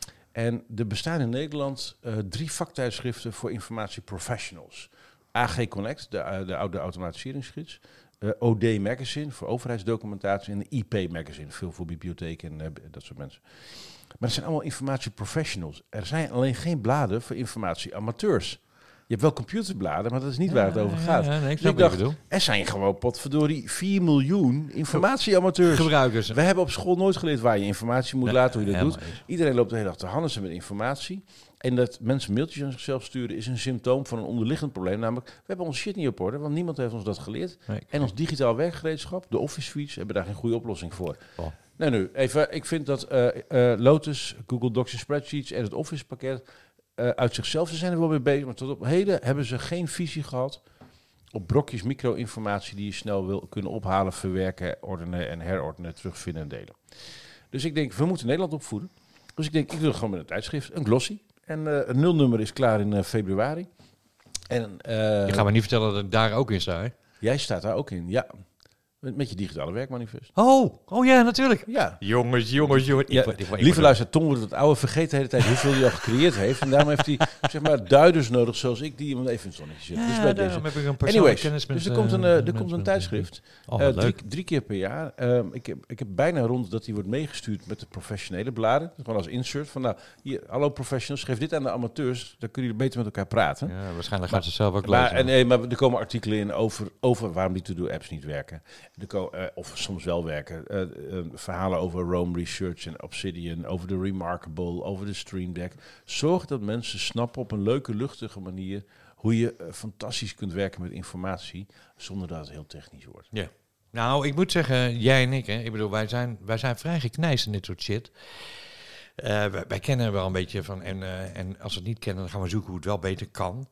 S1: En er bestaan in Nederland uh, drie vaktijdschriften voor informatieprofessionals. A G Connect, de, uh, de oude automatiseringsgids. Uh, O D Magazine voor overheidsdocumentatie. En de I P Magazine, veel voor bibliotheken en uh, dat soort mensen. Maar het zijn allemaal informatieprofessionals. Er zijn alleen geen bladen voor informatieamateurs. Je hebt wel computerbladen, maar dat is niet ja, waar het over gaat. Ja, ja, nee, ik, dus ik dacht, er zijn gewoon potverdorie vier miljoen informatieamateurs.
S2: Gebruikers.
S1: We hebben op school nooit geleerd waar je informatie moet ja, laten, hoe je dat doet. Eens. Iedereen loopt de hele dag te hannissen met informatie. En dat mensen mailtjes aan zichzelf sturen is een symptoom van een onderliggend probleem. Namelijk, we hebben onze shit niet op orde, want niemand heeft ons dat geleerd. Nee, en ons digitaal werkgereedschap, de Office Suites, hebben daar geen goede oplossing voor. Oh. Nou nu, even, ik vind dat uh, uh, Lotus, Google Docs en Spreadsheets en het Office pakket Uh, uit zichzelf, ze zijn er wel mee bezig, maar tot op heden hebben ze geen visie gehad op brokjes micro-informatie die je snel wil kunnen ophalen, verwerken, ordenen en herordenen, terugvinden en delen. Dus ik denk, we moeten Nederland opvoeden. Dus ik denk, ik doe het gewoon met een tijdschrift, een glossy. En uh, een nulnummer is klaar in uh, februari. En, uh,
S2: je gaat me niet vertellen dat ik daar ook in sta, hè?
S1: Jij staat daar ook in, ja. Met, met je digitale werkmanifest.
S2: Oh, oh ja, natuurlijk.
S1: Ja.
S2: Jongens, jongens, jongens.
S1: Ja, ik, ik, ik, lieve luister, Tom wordt het oude vergeten de hele tijd hoeveel hij al gecreëerd heeft. En daarom heeft hij zeg maar duiders nodig zoals ik, die iemand even in het zonnetje zit.
S2: Ja,
S1: dus bij
S2: deze.
S1: Heb
S2: ik een
S1: Anyways,
S2: kennis met,
S1: dus er komt een, uh, er komt een tijdschrift.
S2: Oh,
S1: uh, drie, drie keer per jaar. Uh, ik, heb, ik heb bijna rond dat die wordt meegestuurd met de professionele bladen. Gewoon als insert. Van nou, hier, hallo professionals, geef dit aan de amateurs. Dan kunnen jullie beter met elkaar praten.
S2: Ja, waarschijnlijk gaan ze zelf ook
S1: maar,
S2: lezen.
S1: En, nee, maar er komen artikelen in over, over waarom die to-do-apps niet werken. Er komen, uh, of soms wel werken. Uh, uh, verhalen over Rome Research en Obsidian, over de Remarkable, over de Stream Deck. Zorg dat mensen snappen op een leuke, luchtige manier hoe je uh, fantastisch kunt werken met informatie, zonder dat het heel technisch wordt.
S2: Ja. Nou, ik moet zeggen, jij en ik, hè, ik bedoel, wij zijn, wij zijn vrij geknijst in dit soort shit. Uh, wij, wij kennen wel een beetje van, en, uh, en als we het niet kennen, dan gaan we zoeken hoe het wel beter kan.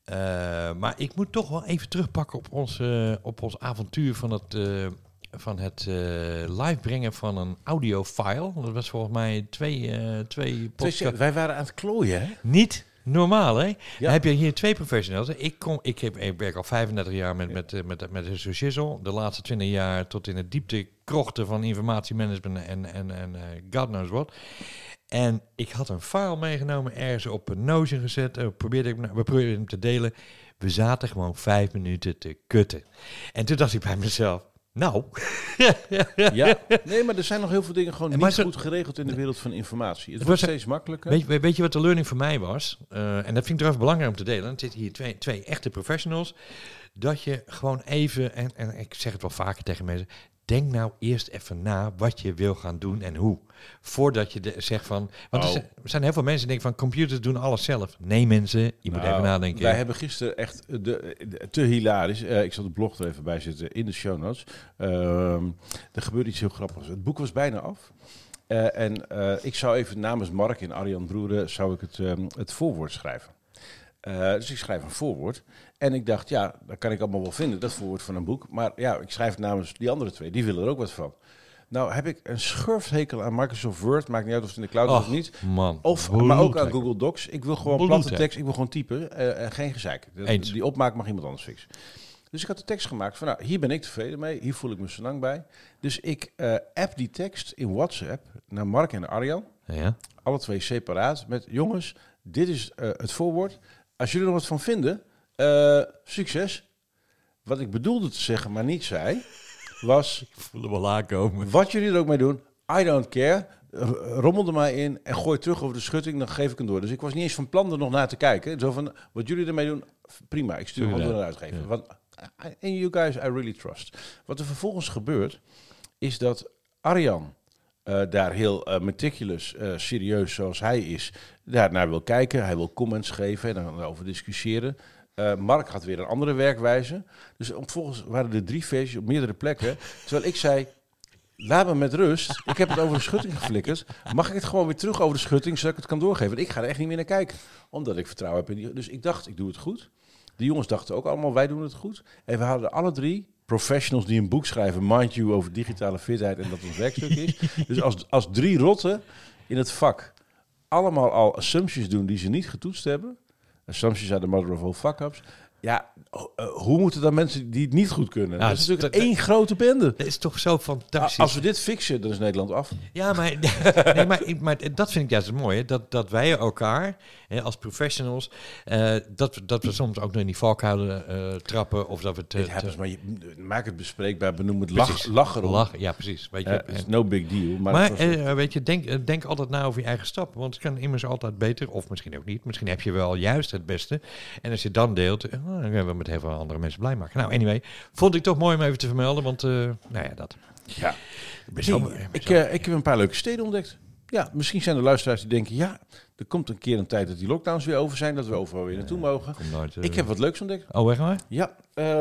S2: Uh, maar ik moet toch wel even terugpakken op ons, uh, op ons avontuur van het, uh, van het uh, live brengen van een audiofile. Dat was volgens mij twee, uh, twee podcasts.
S1: Wij waren aan het klooien, hè?
S2: Niet normaal, hè?
S1: Ja.
S2: Dan heb je hier twee professionals. Ik, kom, ik, heb, ik werk al vijfendertig jaar met, ja. met, met, met, met Zo Shizzle. De laatste twintig jaar tot in de diepte krochten van informatiemanagement en, en, en uh, God knows what. En ik had een file meegenomen, ergens op een Notion gezet. Uh, probeerde ik, we probeerden hem te delen. We zaten gewoon vijf minuten te kutten. En toen dacht ik bij mezelf, nou.
S1: Ja, nee, maar er zijn nog heel veel dingen gewoon niet
S2: maar zo,
S1: goed geregeld in de wereld van informatie. Het,
S2: het
S1: wordt
S2: was,
S1: steeds makkelijker.
S2: Weet je, weet je wat de learning voor mij was? Uh, en dat vind ik trouwens belangrijk om te delen. Er zitten hier twee, twee echte professionals. Dat je gewoon even, en, en ik zeg het wel vaker tegen mensen, denk nou eerst even na wat je wil gaan doen en hoe. Voordat je de, zegt van... Want oh. er zijn heel veel mensen die denken van computers doen alles zelf. Nee mensen, je nou, moet even nadenken.
S1: Wij hebben gisteren echt de, de, te hilarisch. Uh, ik zal de blog er even bij zitten in de show notes. Uh, er gebeurde iets heel grappigs. Het boek was bijna af. Uh, en uh, ik zou even namens Mark en Arjan Broeren zou ik het, um, het voorwoord schrijven. Uh, dus ik schrijf een voorwoord. En ik dacht, ja, dat kan ik allemaal wel vinden, dat voorwoord van een boek. Maar ja, ik schrijf het namens die andere twee. Die willen er ook wat van. Nou heb ik een schurfthekel aan Microsoft Word. Maakt niet uit of het in de cloud is of niet.
S2: Man,
S1: of, maar ook aan Google Docs. Ik wil gewoon Bloed, platte tekst. Ik wil gewoon typen. Uh, en geen gezeik.
S2: Eens.
S1: Die opmaak mag iemand anders fixen. Dus ik had de tekst gemaakt van, nou, hier ben ik tevreden mee. Hier voel ik me zo lang bij. Dus ik uh, app die tekst in WhatsApp naar Mark en Arjan.
S2: Ja.
S1: Alle twee separaat. Met, jongens, dit is uh, het voorwoord. Als jullie er wat van vinden, uh, succes. Wat ik bedoelde te zeggen, maar niet zei, was...
S2: Ik voel hem wel aankomen.
S1: Wat jullie er ook mee doen, I don't care. Rommel er maar in en gooi terug over de schutting, dan geef ik hem door. Dus ik was niet eens van plan er nog naar te kijken. Zo van, wat jullie ermee doen, prima. Ik stuur hem gewoon door naar de uitgever. Ja. Want, and you guys, I really trust. Wat er vervolgens gebeurt, is dat Arjan... Uh, daar heel uh, meticulous, uh, serieus zoals hij is, daarnaar wil kijken. Hij wil comments geven en dan over discussiëren. Uh, Mark had weer een andere werkwijze. Dus vervolgens waren er drie versies op meerdere plekken. Terwijl ik zei, laat me met rust. Ik heb het over de schutting geflikkerd. Mag ik het gewoon weer terug over de schutting, zodat ik het kan doorgeven? Want ik ga er echt niet meer naar kijken. Omdat ik vertrouwen heb in die... Dus ik dacht, ik doe het goed. De jongens dachten ook allemaal, wij doen het goed. En we hadden alle drie... professionals die een boek schrijven, mind you, over digitale fitheid en dat ons werkstuk is. Dus als, als drie rotten in het vak allemaal al assumptions doen die ze niet getoetst hebben. Assumptions are the mother of all fuck-ups. Ja, uh, hoe moeten dan mensen die het niet goed kunnen? Nou, dat is natuurlijk dat, één dat, grote bende.
S2: Dat is toch zo fantastisch.
S1: Als we dit fixen, dan is Nederland af.
S2: Ja, maar, nee, maar, maar dat vind ik juist mooi. Hè? Dat, dat wij elkaar, hè, als professionals, uh, dat, dat we soms ook nog in die valkuilen uh, trappen. Of dat we te,
S1: te... Happens, maar je, maak het bespreekbaar, benoem het lach, lachen.
S2: Lach, ja, precies. Weet je,
S1: uh, is no big deal. Maar,
S2: maar was... uh, weet je, denk, denk altijd na over je eigen stap. Want het kan immers altijd beter, of misschien ook niet. Misschien heb je wel juist het beste. En als je dan deelt... Uh, dan kunnen we met heel veel andere mensen blij maken. Nou, anyway, vond ik toch mooi om even te vermelden, want, uh, nou ja, dat.
S1: Ja, hey, ik, uh, ik heb een paar leuke steden ontdekt. Ja, misschien zijn er luisteraars die denken, ja, er komt een keer een tijd dat die lockdowns weer over zijn, dat we overal weer naartoe mogen. Nooit, uh... Ik heb wat leuks ontdekt.
S2: Oh, weg maar?
S1: Ja,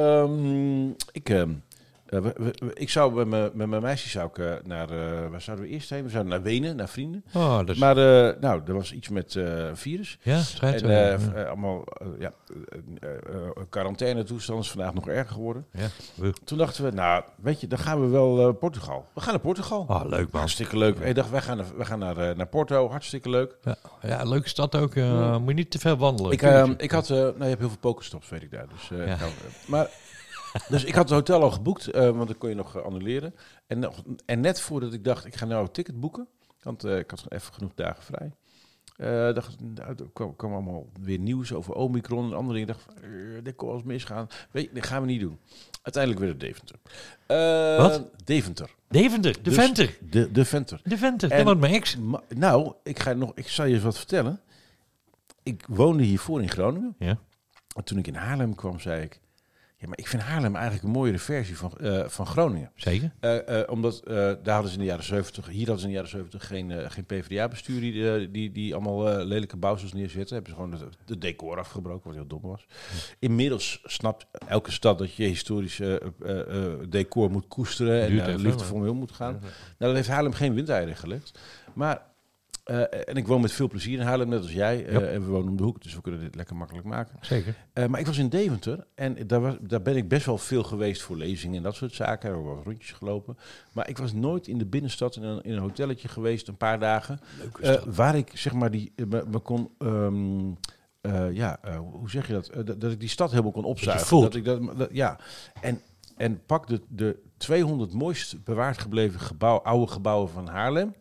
S1: um, ik... Um, Uh, we, we, we, ik zou met mijn, met mijn meisjes zou ik uh, naar, uh, waar zouden we eerst heen? We zouden naar Wenen, naar vrienden.
S2: Oh, dat is...
S1: Maar uh, nou, er was iets met uh, virus.
S2: Ja, schijnt
S1: en, uh, ja. Uh, allemaal uh, ja, uh, uh, quarantaine toestand is vandaag nog erger geworden.
S2: Ja.
S1: Toen dachten we, nou, weet je, dan gaan we wel uh, Portugal. We gaan naar Portugal.
S2: Oh, leuk man.
S1: Hartstikke leuk. Ja. Hey, dacht, wij gaan, naar, wij gaan naar, uh, naar Porto, hartstikke leuk.
S2: Ja, ja, leuke stad ook. Uh, ja. Moet je niet te veel wandelen.
S1: Ik, uh, ik had, uh, nou, je hebt heel veel pokerstops, weet ik daar. Dus, uh, ja. nou, maar... Dus ik had het hotel al geboekt, uh, want dan kon je nog uh, annuleren. En, en net voordat ik dacht, ik ga nou een ticket boeken, want uh, ik had even genoeg dagen vrij. Uh, dacht, nou, er kwam, kwam allemaal weer nieuws over Omicron en andere dingen. Ik dacht, uh, dit kon wel eens misgaan. Weet je, dat gaan we niet doen. Uiteindelijk werd het Deventer. Uh,
S2: Wat?
S1: Deventer.
S2: Deventer, de
S1: dus
S2: Venter.
S1: De, de Venter.
S2: De Venter, dat wordt mijn ex.
S1: Ma- nou, ik, ga nog, ik zal je eens wat vertellen. Ik woonde hiervoor in Groningen.
S2: Ja.
S1: En toen ik in Haarlem kwam, zei ik... Ja, maar ik vind Haarlem eigenlijk een mooiere versie van, uh, van Groningen.
S2: Zeker.
S1: Uh, uh, omdat uh, daar hadden ze in de jaren zeventig, hier hadden ze in de jaren zeventig geen, uh, geen P vd A-bestuur die, uh, die, die allemaal uh, lelijke bouwsels neerzetten. Hebben ze gewoon de, de decor afgebroken, wat heel dom was. Ja. Inmiddels snapt elke stad dat je historische uh, uh, uh, decor moet koesteren en uh, liefdevol mee om moet gaan. Ja. Nou, dat heeft Haarlem geen windeieren gelegd. Maar Uh, en ik woon met veel plezier in Haarlem, net als jij. Uh,
S2: Yep.
S1: En we wonen om de hoek, dus we kunnen dit lekker makkelijk maken.
S2: Zeker.
S1: Uh, maar ik was in Deventer en daar, was, daar ben ik best wel veel geweest voor lezingen en dat soort zaken. We hebben wat rondjes gelopen. Maar ik was nooit in de binnenstad in een, in een hotelletje geweest, een paar dagen. Uh, waar ik zeg maar die uh, me, me kon... Um, uh, ja, uh, hoe zeg je dat? Uh, dat? Dat ik die stad helemaal kon opzuigen. Dat, dat ik dat, dat ja. En, en pak de, de tweehonderd mooist bewaard gebleven gebouw, oude gebouwen van Haarlem.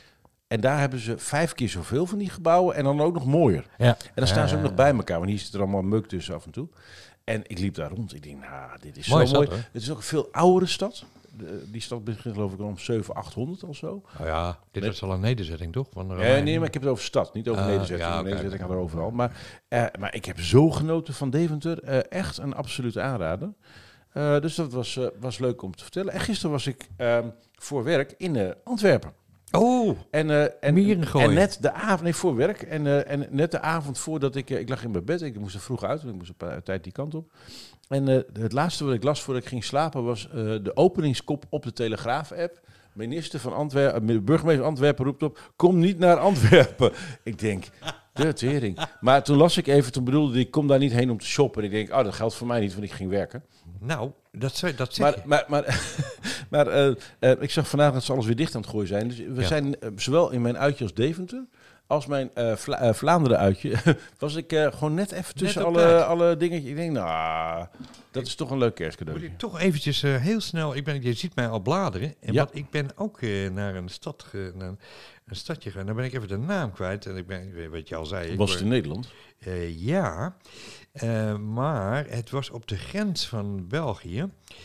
S1: En daar hebben ze vijf keer zoveel van die gebouwen en dan ook nog mooier.
S2: Ja.
S1: En dan staan ze ook
S2: uh,
S1: nog bij elkaar, want hier zit er allemaal meuk tussen af en toe. En ik liep daar rond. Ik denk, nou, dit is
S2: mooi
S1: zo mooi.
S2: Stad,
S1: het is ook een veel oudere stad. De, die stad begint geloof ik om zeven, achthonderd of zo.
S2: Oh ja, dit nee. is al een nederzetting, toch? Van de
S1: nee, nee, maar ik heb het over stad, niet over uh, nederzetting. Ja, okay, nederzetting okay. had er overal. Maar, uh, maar ik heb zo genoten van Deventer. Uh, echt een absolute aanrader. Uh, dus dat was, uh, was leuk om te vertellen. En gisteren was ik uh, voor werk in uh, Antwerpen.
S2: Oh,
S1: en, uh, en, en net de avond, nee, voor werk. En, uh, en net de avond voordat ik, uh, ik lag in mijn bed, ik moest er vroeg uit, want ik moest een paar tijd die kant op. En uh, het laatste wat ik las voordat ik ging slapen was uh, de openingskop op de Telegraaf-app. Minister van Antwerpen, uh, burgemeester van Antwerpen roept op, kom niet naar Antwerpen. Ik denk, de tering. Maar toen las ik even, toen bedoelde ik, kom daar niet heen om te shoppen. En ik denk, oh, dat geldt voor mij niet, want ik ging werken.
S2: Nou, dat, zou, dat zeg
S1: maar,
S2: je.
S1: Maar, maar, maar uh, uh, ik zag vandaag dat ze alles weer dicht aan het gooien zijn. Dus we ja. zijn uh, zowel in mijn uitje als Deventer, als mijn uh, Vla- uh, Vlaanderen uitje, was ik uh, gewoon net even tussen net alle, alle dingetjes. Ik denk, nou, dat is toch een leuk kerstcadeau.
S2: Moet ik toch eventjes uh, heel snel, ik ben, je ziet mij al bladeren. En ja. wat, ik ben ook uh, naar een stad ge, naar een stadje gegaan. Dan ben ik even de naam kwijt. En ik ben, wat je al zei.
S1: Was het in Nederland?
S2: Uh, ja, uh, maar het was op de grens van België.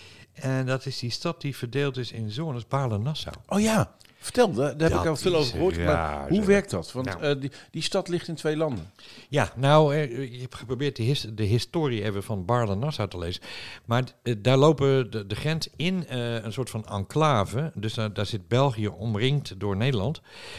S2: En dat is die stad die verdeeld is in zones, Baarle-Nassau.
S1: Oh ja, vertel, daar, daar heb ik al veel over gehoord.
S2: Raar,
S1: maar hoe
S2: zo.
S1: werkt dat? Want
S2: nou.
S1: uh, die, die stad ligt in twee landen.
S2: Ja, nou, uh, je hebt geprobeerd de, his- de historie even van Baarle-Nassau te lezen. Maar uh, daar lopen de, de grens in uh, een soort van enclave. Dus uh, daar zit België omringd door Nederland.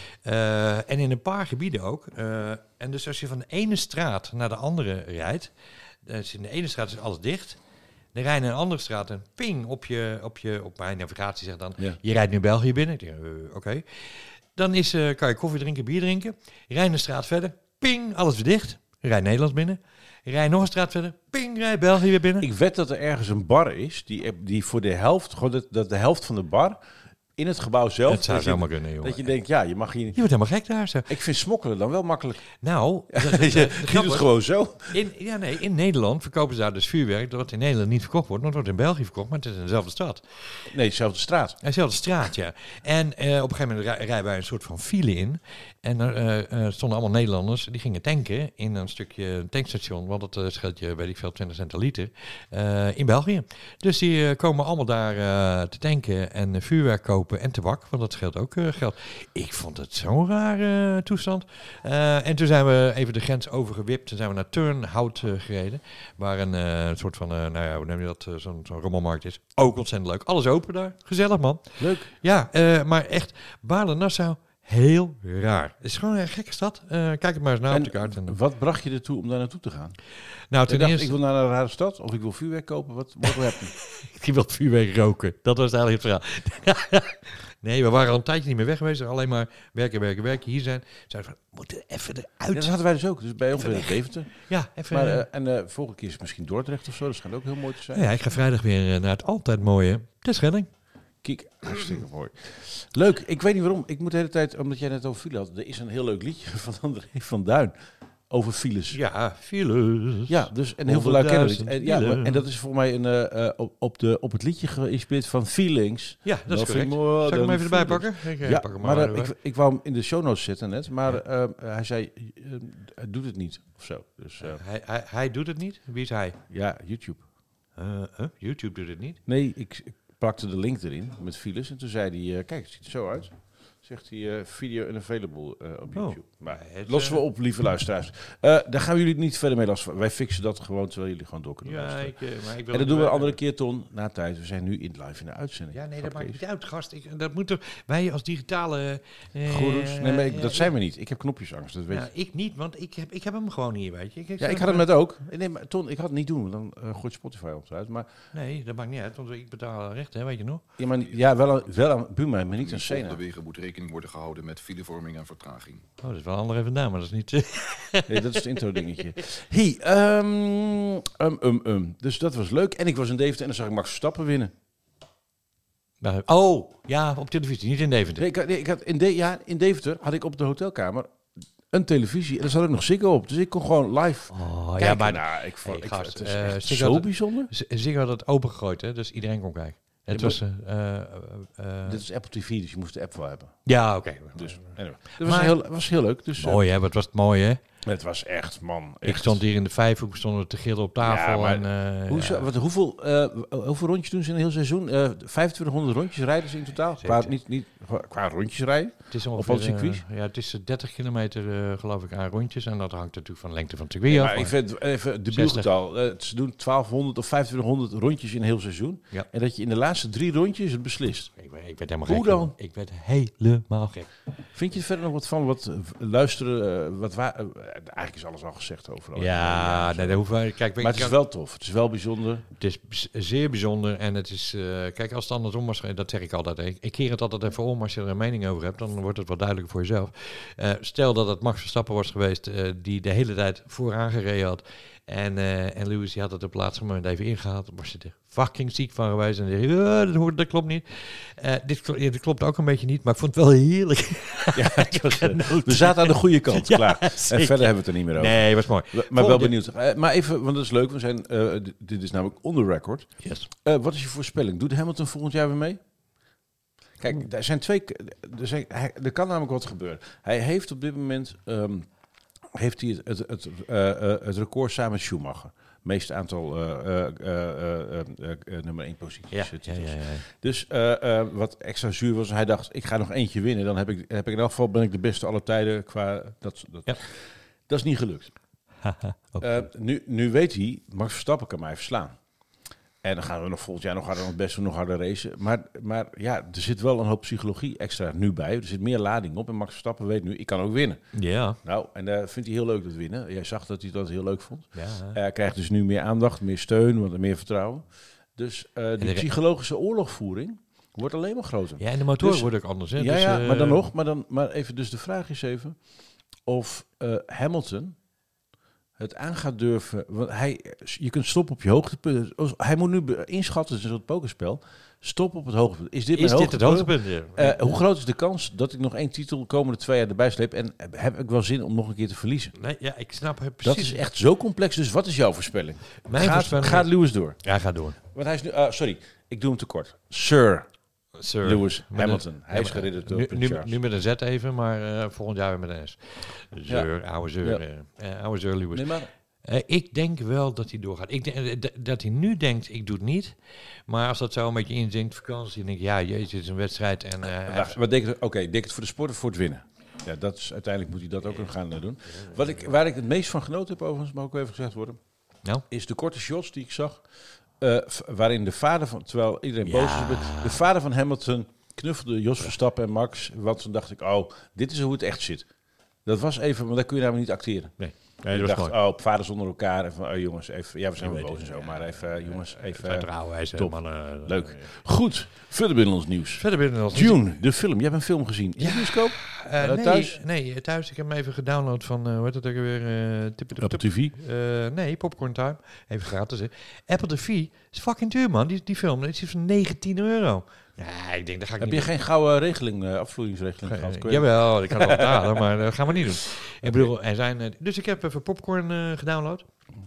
S2: Uh, en in een paar gebieden ook. Uh, en dus als je van de ene straat naar de andere rijdt. Dus in de ene straat is alles dicht. Dan rij je naar een andere straat en ping op je, op je, op mijn navigatie zegt dan, ja. je rijdt nu België binnen. Ik denk, uh, oké. Okay. Dan is, uh, kan je koffie drinken, bier drinken. Je rijdt een straat verder, ping, alles weer dicht. Je rijdt Nederlands binnen. Je rijdt nog een straat verder, ping, rij België weer binnen.
S1: Ik weet dat er ergens een bar is, die, die voor de helft, gewoon dat, dat de helft van de bar in het gebouw zelf.
S2: Het zou zomaar kunnen, jongen.
S1: Dat je denkt, ja, je mag hier niet.
S2: Je wordt helemaal gek daar, zo.
S1: Ik vind smokkelen dan wel makkelijk.
S2: Nou,
S1: ja, de, de, de, je doet het gewoon zo.
S2: In, ja, nee, in Nederland verkopen ze daar dus vuurwerk dat in Nederland niet verkocht wordt. Dat wordt in België verkocht, maar het is in dezelfde stad.
S1: Nee, dezelfde straat.
S2: Dezelfde straat, ja. En uh, op een gegeven moment rij, rijden wij een soort van file in. En er uh, uh, stonden allemaal Nederlanders, die gingen tanken in een stukje tankstation. Want dat uh, scheelt je, weet ik veel, twintig cent een liter. Uh, in België. Dus die uh, komen allemaal daar uh, te tanken en uh, vuurwerk kopen en tabak. Want dat scheelt ook uh, geld. Ik vond het zo'n rare uh, toestand. Uh, en toen zijn we even de grens overgewipt. Toen zijn we naar Turnhout uh, gereden. Waar een uh, soort van, uh, nou ja, hoe neem je dat, uh, zo'n, zo'n rommelmarkt is. Ook ontzettend leuk. Alles open daar. Gezellig, man.
S1: Leuk.
S2: Ja, uh, maar echt, Baarle-Nassau, heel raar. Het is gewoon een gekke stad. Uh, kijk het maar eens naar op de kaart. En
S1: wat bracht je ertoe om daar naartoe te gaan?
S2: Nou, ten
S1: dacht,
S2: eerste...
S1: ik wil naar een rare stad of ik wil vuurwerk kopen. Wat, wat heb je?
S2: Ik wil vuurwerk roken. Dat was eigenlijk het verhaal. Nee, we waren al een tijdje niet meer weg geweest. Alleen maar werken, werken, werken. Hier zijn. Zeiden we, we moeten even eruit.
S1: Ja, dat hadden wij dus ook. Dus bij ons in Deventer.
S2: Ja, even.
S1: Maar, uh, en de uh, volgende keer is het misschien Dordrecht of zo. Dat schijnt ook heel mooi te zijn.
S2: Ja, ik ga vrijdag weer uh, naar het altijd mooie Terschelling.
S1: Kijk, hartstikke mooi. Leuk. Ik weet niet waarom. Ik moet de hele tijd, omdat jij net over file had. Er is een heel leuk liedje van André van Duin. Over files.
S2: Ja, files.
S1: Ja, dus en heel veel lui kennen het. En, ja, maar, en dat is voor mij een, uh, op, op, de, op het liedje geïnspireerd van Feelings.
S2: Ja, dat, dat is correct. Zal ik hem even erbij pakken? Ik,
S1: ja,
S2: pak hem
S1: maar,
S2: maar
S1: uh, ik, ik wou hem in de show notes zetten net, maar ja. uh, hij zei, uh, hij doet het niet of zo. Dus, uh,
S2: hij, hij, hij doet het niet? Wie is hij?
S1: Ja, YouTube.
S2: Uh, uh, YouTube doet het niet?
S1: Nee, ik, ik plakte de link erin met files en toen zei hij, uh, kijk, het ziet er zo uit. Zegt hij, uh, video unavailable uh, op YouTube. Oh, maar het, lossen we op, lieve luisteraars. Uh, daar gaan we jullie niet verder mee lasten. Wij fixen dat gewoon, terwijl jullie gewoon door kunnen
S2: ja,
S1: luisteren.
S2: Ik, uh, maar ik wil
S1: en dat doen we een andere keer, Ton, na tijd. We zijn nu in live in de uitzending.
S2: Ja, nee, dat maakt niet uit, gast. Ik, dat moeten wij als digitale... Uh,
S1: Goeroes. Nee, maar ik, dat zijn we niet. Ik heb knopjesangst, dat weet
S2: ja,
S1: je.
S2: Ik niet, want ik heb, ik heb hem gewoon hier, weet je. Ik, ik
S1: ja, ik had hem net ook. Nee, maar Ton, ik had het niet doen, want dan uh, gooit Spotify ons uit. Maar,
S2: nee, dat maakt niet uit, want ik betaal recht, hè, weet je nog.
S1: Ja, maar, ja wel, aan, wel aan Buma, maar niet aan Sena.
S3: De wegen moet rekening rekening worden gehouden met filevorming en vertraging.
S2: Oh, dat is wel een andere vandaan, maar dat is niet...
S1: Nee, dat is het intro dingetje. Hey, um, um, um, um. Dus dat was leuk. En ik was in Deventer en dan zag ik Max Verstappen winnen.
S2: Oh, ja, op televisie, niet in Deventer.
S1: Nee, ik had, nee, ik had in, de, ja, in Deventer had ik op de hotelkamer een televisie en daar zat ook nog Ziggo op. Dus ik kon gewoon live
S2: Oh,
S1: kijken.
S2: ja, maar
S1: Nou, ik vond
S2: hey,
S1: ik,
S2: gast,
S1: het is
S2: uh,
S1: echt
S2: Ziggo
S1: zo
S2: had-
S1: bijzonder.
S2: Z- Ziggo had het opengegooid, hè, dus iedereen kon kijken. Het
S1: Ja,
S2: was... eh, eh, eh,
S1: Dit is Apple T V, dus je moest de app wel hebben.
S2: ja, oké.
S1: Dus, anyway. Dat was,
S2: Maar-
S1: heel, was heel leuk. Dus, uh,
S2: Mooi, hè? Wat was het mooi, hè?
S1: het was echt, man.
S2: Ik
S1: echt.
S2: stond hier in de Vijfhoek, stonden we te gillen op tafel.
S1: Ja, maar
S2: en, uh,
S1: Hoe,
S2: ja.
S1: wat, hoeveel, uh, hoeveel rondjes doen ze in een heel seizoen? Uh, vijfentwintighonderd rondjes rijden ze in totaal? Qua, niet, niet, qua rondjes rijden?
S2: Het is
S1: op
S2: ongeveer,
S1: al circuits?
S2: uh, ja, het is dertig kilometer, uh, geloof ik, aan rondjes. En dat hangt natuurlijk van de lengte van het circuit
S1: Ja,
S2: af.
S1: maar ik vind even de
S2: zestig.
S1: buurgetal. Uh, ze doen twaalfhonderd of vijfentwintighonderd rondjes in een heel seizoen.
S2: Ja.
S1: En dat je in de laatste drie rondjes het beslist.
S2: Ik, ben- ik werd helemaal
S1: Hoe
S2: gek.
S1: dan?
S2: jongen. Ik werd helemaal gek.
S1: Vind je er verder nog wat van? Wat uh, luisteren? Uh, wat wa- uh, eigenlijk is alles al gezegd overal.
S2: Ja, nee, dat hoeft wel. Kijk,
S1: Maar het is wel tof. Het is wel bijzonder.
S2: Het is b- zeer bijzonder en het is... Uh, kijk, als het andersom was, dat zeg ik altijd. Ik, ik keer het altijd even om als je er een mening over hebt. Dan wordt het wat duidelijker voor jezelf. Uh, stel dat het Max Verstappen was geweest uh, die de hele tijd vooraan gereden had. En, uh, en Lewis die had het op het laatste moment even ingehaald. Dan was je er fucking ziek van geweest. En dan zeg je, uh, dat, hoort, dat klopt niet. Uh, dit, kl- ja, dit klopt ook een beetje niet, maar ik vond het wel heerlijk.
S1: Ja, het was, uh, we zaten aan de goede kant,
S2: Ja,
S1: klaar. En
S2: zeker.
S1: verder hebben we het er niet meer over.
S2: Nee, was mooi.
S1: Maar
S2: Volgende-
S1: wel benieuwd. Uh, maar even, want dat is leuk. We zijn, uh, d- dit is namelijk on the record.
S2: Yes.
S1: Uh, wat is je voorspelling? Doet Hamilton volgend jaar weer mee? Kijk, er zijn twee. Er, zijn, hij, er kan namelijk wat gebeuren. Hij heeft op dit moment um, heeft hij het, het, het, uh, uh, het record samen met Schumacher. Meeste aantal uh, uh, uh, uh, uh, uh, nummer één posities.
S2: Ja,
S1: uh,
S2: ja, ja, ja.
S1: Dus uh, uh, wat extra zuur was, hij dacht, ik ga nog eentje winnen. Dan heb ik, heb ik in elk geval ben ik de beste aller tijden qua dat. Dat,
S2: Ja.
S1: dat is niet gelukt.
S2: Okay.
S1: Uh, nu, nu weet hij, Max Verstappen kan mij verslaan. En dan gaan we nog volgend jaar nog harder, nog best wel nog harder racen. Maar, maar ja, er zit wel een hoop psychologie extra nu bij. Er zit meer lading op. En Max Verstappen weet nu, ik kan ook winnen.
S2: Ja.
S1: Nou, en uh, vindt hij heel leuk dat winnen. Jij zag dat hij dat heel leuk vond.
S2: Ja.
S1: Uh, hij krijgt dus nu meer aandacht, meer steun, wat meer vertrouwen. Dus uh, die
S2: de-
S1: psychologische oorlogvoering wordt alleen maar groter.
S2: Ja, en de motoren
S1: Dus-
S2: worden ook anders. Hè?
S1: Ja,
S2: dus,
S1: ja,
S2: uh,
S1: maar dan nog. Maar, dan, maar even, dus de vraag is even of uh, Hamilton het aan gaat durven. Want hij, je kunt stoppen op je hoogtepunt. Hij moet nu be- inschatten, het is een soort pokerspel. Stop op het hoogtepunt. Is dit
S2: Is
S1: mijn
S2: dit het
S1: hoogtepunt?
S2: hoogtepunt? Ja.
S1: Uh, hoe groot is de kans dat ik nog één titel de komende twee jaar erbij sleep? En heb ik wel zin om nog een keer te verliezen?
S2: Nee, ja, ik snap het precies.
S1: Dat is echt zo complex. Dus wat is jouw voorspelling?
S2: Mijn
S1: gaat,
S2: voorspelling
S1: gaat
S2: is-
S1: Lewis door?
S2: Ja, ga door.
S1: Want hij is nu... Uh, sorry, ik doe hem tekort. Sir
S2: Sir.
S1: Lewis
S2: Met
S1: Hamilton.
S2: een-
S1: hij is
S2: ja,
S1: geridderd door
S2: nu,
S1: Prins
S2: nu,
S1: Charles.
S2: nu met een Z even, maar uh, volgend jaar weer met een S. Sir, oude Sir.
S1: Ja.
S2: Uh, uh, oude Sir Lewis.
S1: Nee, maar
S2: Uh, ik denk wel dat hij doorgaat. Ik denk uh, d- dat hij nu denkt, ik doe het niet. Maar als dat zo een beetje inzinkt, vakantie, dan denk ik, ja, jezus, het is een wedstrijd. En, uh, hij
S1: Wacht, wat denk je? Oké, okay, denk het voor de sport of voor het winnen? Ja, dat is, uiteindelijk moet hij dat ook nog gaan uh, doen. Wat ik, waar ik het meest van genoten heb, overigens, mag ook even gezegd worden,
S2: Nou?
S1: is de korte shots die ik zag, uh, v- waarin de vader van, terwijl iedereen
S2: Ja.
S1: boos is, met- de vader van Hamilton knuffelde Jos Verstappen en Max, want toen dacht ik, oh, dit is hoe het echt zit. Dat was even, want daar kun je namelijk niet acteren.
S2: Nee,
S1: Nee,
S2: nee
S1: ik
S2: dat was
S1: dacht,
S2: mooi.
S1: oh, vaders onder elkaar. En van, oh, jongens, even, ja, we zijn
S2: Ik
S1: wel
S2: weet
S1: boos en
S2: het,
S1: zo, maar even, uh, jongens, even...
S2: Vertrouwen, hij is
S1: top.
S2: helemaal... Uh,
S1: Leuk.
S2: uh,
S1: Goed, verder binnen ons nieuws.
S2: Verder binnen ons.
S1: Dune, de film. Jij hebt een film gezien. In de bioscoop?
S2: Uh,
S1: Uh,
S2: nee,
S1: thuis?
S2: Nee, thuis. Ik heb hem even gedownload van, uh, hoe heet het ook weer? Uh, tip,
S1: Apple T V?
S2: Uh, nee, Popcorn Time. Even gratis, hè. Apple T V is fucking duur, man. Die, die film. Dat is van negentien euro. Ja, ik denk, daar ga ik
S1: Heb
S2: niet
S1: je geen gouden regeling, uh, afvloeingsregeling
S2: Ge-
S1: gehad?
S2: uh, Jawel, ik kan het wel betalen, maar dat gaan we niet doen. Ik bedoel, er zijn... Uh, dus ik heb even Popcorn uh, gedownload.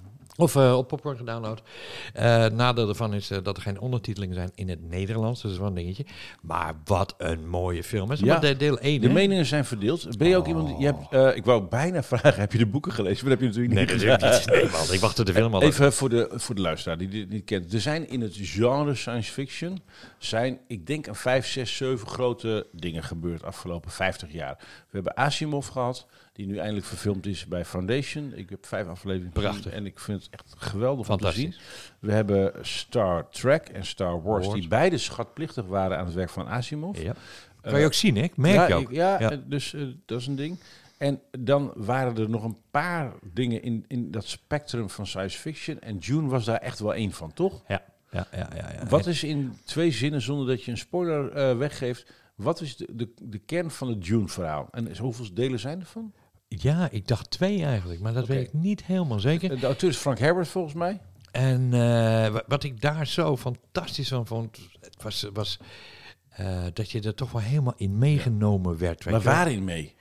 S2: Of uh, op Popcorn gedownload. Uh, nadeel daarvan is uh, dat er geen ondertitelingen zijn in het Nederlands. Dat is wel een dingetje. Maar wat een mooie film. Het is
S1: Ja,
S2: maar de, deel één,
S1: De
S2: hè?
S1: meningen zijn verdeeld. Ben je ook
S2: Oh.
S1: iemand... Die, je hebt, uh, ik wou bijna vragen, heb je de boeken gelezen? Maar dat heb je natuurlijk
S2: Nee,
S1: niet
S2: dat is
S1: gedaan.
S2: ook niet. Nee, man. Ik wacht tot de film al.
S1: Even voor de, voor de luisteraar die dit niet kent. Er zijn in het genre science fiction, zijn, ik denk, een vijf, zes, zeven grote dingen gebeurd afgelopen vijftig jaar. We hebben Asimov gehad, die nu eindelijk verfilmd is bij Foundation. Ik heb vijf afleveringen gezien
S2: Prachtig.
S1: en ik vind het echt geweldig om te zien.
S2: Fantastisch.
S1: We hebben Star Trek en Star Wars,
S2: Wars.
S1: die beide schatplichtig waren aan het werk van Asimov.
S2: Ja. Kan je ook zien, hè? Ik merk
S1: ja,
S2: je ook.
S1: ik- ja,
S2: Ja.
S1: eh, dus uh, dat is een ding. En dan waren er nog een paar dingen in, in dat spectrum van science fiction. En Dune was daar echt wel één van, toch?
S2: Ja, ja, ja. ja, ja.
S1: Wat is in twee zinnen, zonder dat je een spoiler uh, weggeeft, Wat is de, de, de kern van het Dune-verhaal? En hoeveel delen zijn er van?
S2: Ja, ik dacht twee eigenlijk, maar dat
S1: Oké.
S2: weet ik niet helemaal zeker.
S1: De auteur is Frank Herbert volgens mij.
S2: En uh, wat ik daar zo fantastisch van vond, het was, was uh, dat je er toch wel helemaal in meegenomen werd. Weet
S1: Maar
S2: je wel.
S1: waarin mee?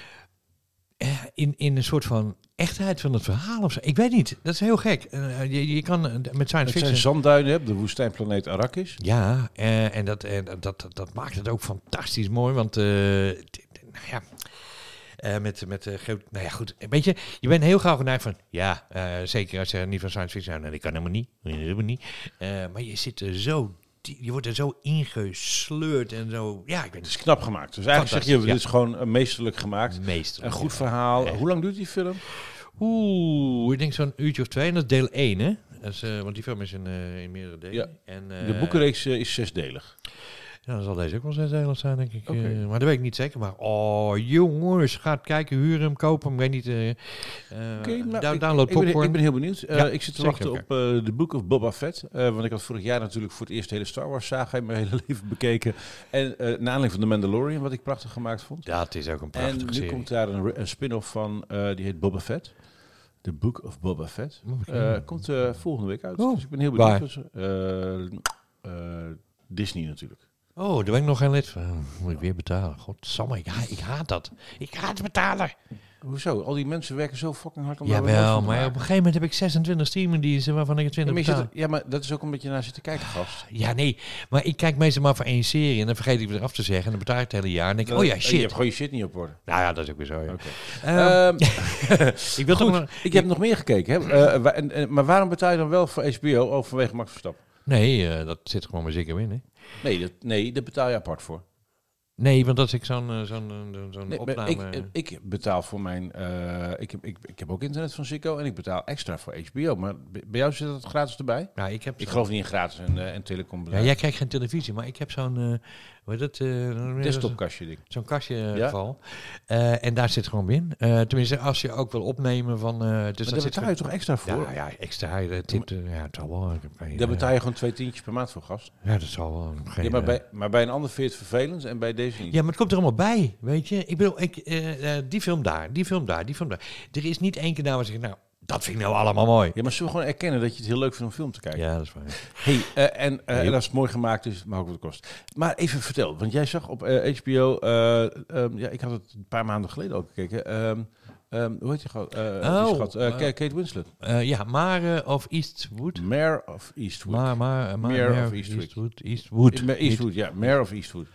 S2: Uh, in, in een soort van echtheid van het verhaal of zo. Ik weet niet, dat is heel gek. Uh, je, je kan uh, met science
S1: Het
S2: fiction...
S1: zijn zandduinen, hè, de woestijnplaneet Arrakis.
S2: Ja, uh, en, dat, en dat, dat, dat maakt het ook fantastisch mooi, want uh, t, t, nou ja... Uh, met, met uh, ge- nou ja, goed. Weet je, je bent heel gauw geneigd van, ja, uh, zeker als je niet van science fiction houdt, nou, dat kan helemaal niet, dat helemaal niet. Uh, maar je zit er zo, je wordt er zo ingesleurd en zo, ja, ik weet
S1: Het is knap gemaakt. Dus eigenlijk zeg je, dit is gewoon uh, meesterlijk gemaakt.
S2: Meesterlijk,
S1: Een goed
S2: ja.
S1: verhaal.
S2: Echt.
S1: Hoe lang duurt die film?
S2: Oeh, ik denk zo'n uurtje of twee en dat is deel één, hè? Dat is, uh, want die film is in, uh, in meerdere delen.
S1: Ja.
S2: En, uh,
S1: De boekenreeks uh, is zesdelig.
S2: Ja, dan zal deze ook wel zesdelig zijn, denk ik.
S1: Okay.
S2: Uh, maar dat weet ik niet zeker. Maar oh, jongens, gaat kijken, huur hem, koop hem. Ik weet niet. Uh, uh,
S1: Okay, nou,
S2: down-
S1: ik,
S2: download
S1: ik, ben,
S2: popcorn.
S1: ik ben heel benieuwd. Uh,
S2: Ja,
S1: ik zit te
S2: zeker,
S1: wachten
S2: oké.
S1: op uh, The Book of Boba Fett. Uh, want ik had vorig jaar natuurlijk voor het eerst de hele Star Wars saga in mijn hele leven bekeken. En uh, naar aanleiding van The Mandalorian, wat ik prachtig gemaakt vond.
S2: Ja, het is ook een
S1: En
S2: prachtige
S1: nu
S2: serie.
S1: komt daar een, een spin-off van, uh, die heet Boba Fett. The Book of Boba Fett.
S2: Okay.
S1: Uh, komt uh, volgende week uit.
S2: Oh,
S1: dus ik ben heel
S2: waar?
S1: benieuwd. Dus, uh, uh, Disney natuurlijk.
S2: Oh, daar ben ik nog geen lid van. Oh, moet ik weer betalen. Godsamme, ik, ha- ik haat dat. Ik haat betalen.
S1: Hoezo? Al die mensen werken zo fucking hard om daar weer
S2: Jawel,
S1: van te
S2: maar op
S1: maken.
S2: een gegeven moment heb ik zesentwintig streamingdiensten waarvan ik het
S1: Ja
S2: twintig
S1: maar, je
S2: betaal.
S1: zit, ja, maar dat is ook een beetje naar zitten kijken, gast.
S2: Ja, nee. Maar ik kijk meestal maar voor één serie en dan vergeet ik weer af te zeggen. En dan betaal ik het hele jaar en denk ik, oh ja,
S1: Je
S2: shit.
S1: hebt gewoon je shit niet op orde.
S2: Nou ja, dat is ook weer zo, ja.
S1: Oké.
S2: Ehm,
S1: Ehm,
S2: ik wil toch
S1: Goed,
S2: nog...
S1: ik heb nog meer gekeken. Hè? Uh, wa- en, en, maar waarom betaal je dan wel voor H B O? Oh, vanwege Max Verstappen.
S2: Nee, uh, dat zit gewoon maar zeker in, hè.
S1: Nee, dat, nee, daar betaal je apart voor.
S2: Nee, want als ik zo'n uh, zo'n uh, zo'n
S1: Nee, maar
S2: opname...
S1: ik, ik betaal voor mijn... Uh, ik, heb, ik, ik heb ook internet van Ziggo en ik betaal extra voor H B O. Maar bij jou zit dat gratis erbij?
S2: ja, ik heb
S1: Ik
S2: zo-
S1: geloof niet in gratis en, uh, en
S2: Ja,
S1: telecombedrijf.
S2: jij kijkt geen televisie, maar ik heb zo'n... Uh, hoe heet dat? Uh,
S1: Desktopkastje, ding.
S2: Zo'n kastje uh,
S1: Ja.
S2: geval. Uh, en daar zit gewoon in. Uh, tenminste, als je ook wil opnemen van... Uh, dus
S1: Maar
S2: dat
S1: daar
S2: zit
S1: betaal je toch extra voor?
S2: Ja, ja, extra. Uh, tip, uh, ja, het zal wel. Ik heb geen,
S1: Daar
S2: uh,
S1: betaal je gewoon twee tientjes per maand voor, gast.
S2: Ja, dat zal wel. Geen,
S1: Ja, maar,
S2: uh,
S1: bij, maar bij een ander vind je het vervelend en bij deze niet.
S2: Ja, maar het komt er allemaal bij, weet je. Ik bedoel, ik, uh, uh, die film daar, die film daar, die film daar. Er is niet één keer nou waar ze zeggen, nou, dat vind ik nou allemaal mooi.
S1: Ja, maar zullen we gewoon erkennen dat je het heel leuk vindt om film te kijken?
S2: Ja, dat is fijn.
S1: Hey, uh, en, uh,
S2: Hey.
S1: en als het mooi gemaakt is, mag ook wat kost. Maar even vertel, want jij zag op uh, H B O, uh, um, ja, ik had het een paar maanden geleden ook gekeken. Um, um, hoe heet je gewoon? Uh,
S2: Oh,
S1: die schat, uh,
S2: uh,
S1: Kate Kate Winslet.
S2: Uh, ja, Mare of Eastwood.
S1: Mare of Eastwood.
S2: Maar, maar, maar,
S1: Mare
S2: Mare
S1: of
S2: of
S1: Eastwood.
S2: Eastwood. Eastwood.
S1: Ma- Eastwood, ja, Mare of Eastwood.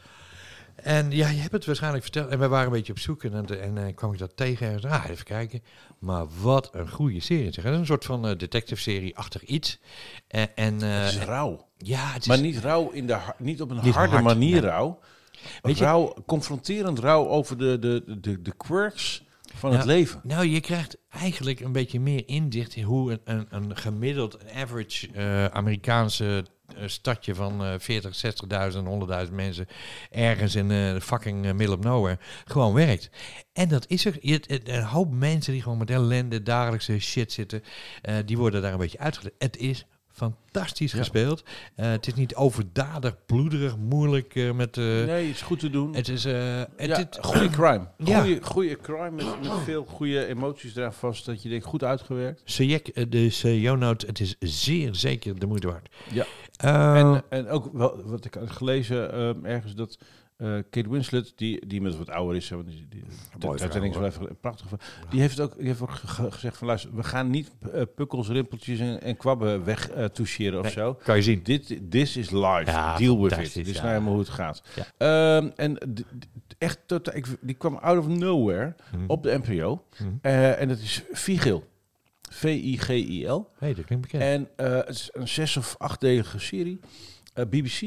S2: En ja, je hebt het waarschijnlijk verteld. En wij waren een beetje op zoek. En, en, en kwam ik dat tegen. En ah, even kijken. Maar wat een goede serie. Zeg. Het is een soort van uh, detective-serie-achtig iets. En, en, uh,
S1: Het is rauw.
S2: ja, het is,
S1: Maar niet rauw, in de har- niet op een
S2: Niet
S1: harde
S2: hard,
S1: manier
S2: nee.
S1: rauw.
S2: Weet je-
S1: Rauw, confronterend rauw over de, de, de, de quirks van het
S2: Ja.
S1: leven.
S2: Nou, je krijgt eigenlijk een beetje meer inzicht in hoe een, een, een gemiddeld, een average uh, Amerikaanse uh, stadje van uh, veertig, zestigduizend, honderdduizend mensen ergens in uh, fucking uh, middle of nowhere gewoon werkt. En dat is er. Je, het- een hoop mensen die gewoon met ellende, dagelijkse shit zitten, uh, die worden daar een beetje uitgelegd. Het is fantastisch
S1: Ja.
S2: gespeeld. Uh, het is niet overdadig, bloederig, moeilijk uh, met... Uh,
S1: Nee, het is goed te doen.
S2: Het is... Uh, het,
S1: ja,
S2: het-
S1: goede crime.
S2: Ja.
S1: Goede, goede crime met, met veel goede emoties eraan vast. Dat je denkt, goed uitgewerkt.
S2: Sejek, uh, dus uh, Jonout, het is zeer zeker de moeite waard.
S1: Ja.
S2: Uh,
S1: En, en ook wel, wat ik had gelezen um, ergens, dat uh, Kate Winslet, die, die met wat ouder is, hè, want die, die, de
S2: Mooi
S1: Titanic is
S2: vrouw,
S1: wel even een prachtig. Die heeft ook, die heeft ook ge- gezegd van, luister, we gaan niet uh, pukkels, rimpeltjes en, en kwabben weg uh, toucheren of
S2: Nee,
S1: zo.
S2: kan je zien.
S1: Dit this is life.
S2: Ja,
S1: Deal with it.
S2: fantastisch,
S1: Dit is
S2: ja.
S1: nou helemaal hoe het gaat.
S2: Ja.
S1: Um, en d- d- echt totaal, ik, die kwam out of nowhere
S2: Hmm.
S1: op de N P O.
S2: Hmm.
S1: Uh, en dat is Vigil. V I G I L.
S2: Hey, dat klinkt bekend.
S1: En uh, het is een zes- of achtdelige serie. Uh, B B C.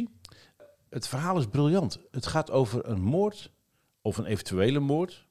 S1: Het verhaal is briljant. Het gaat over een moord, of een eventuele moord,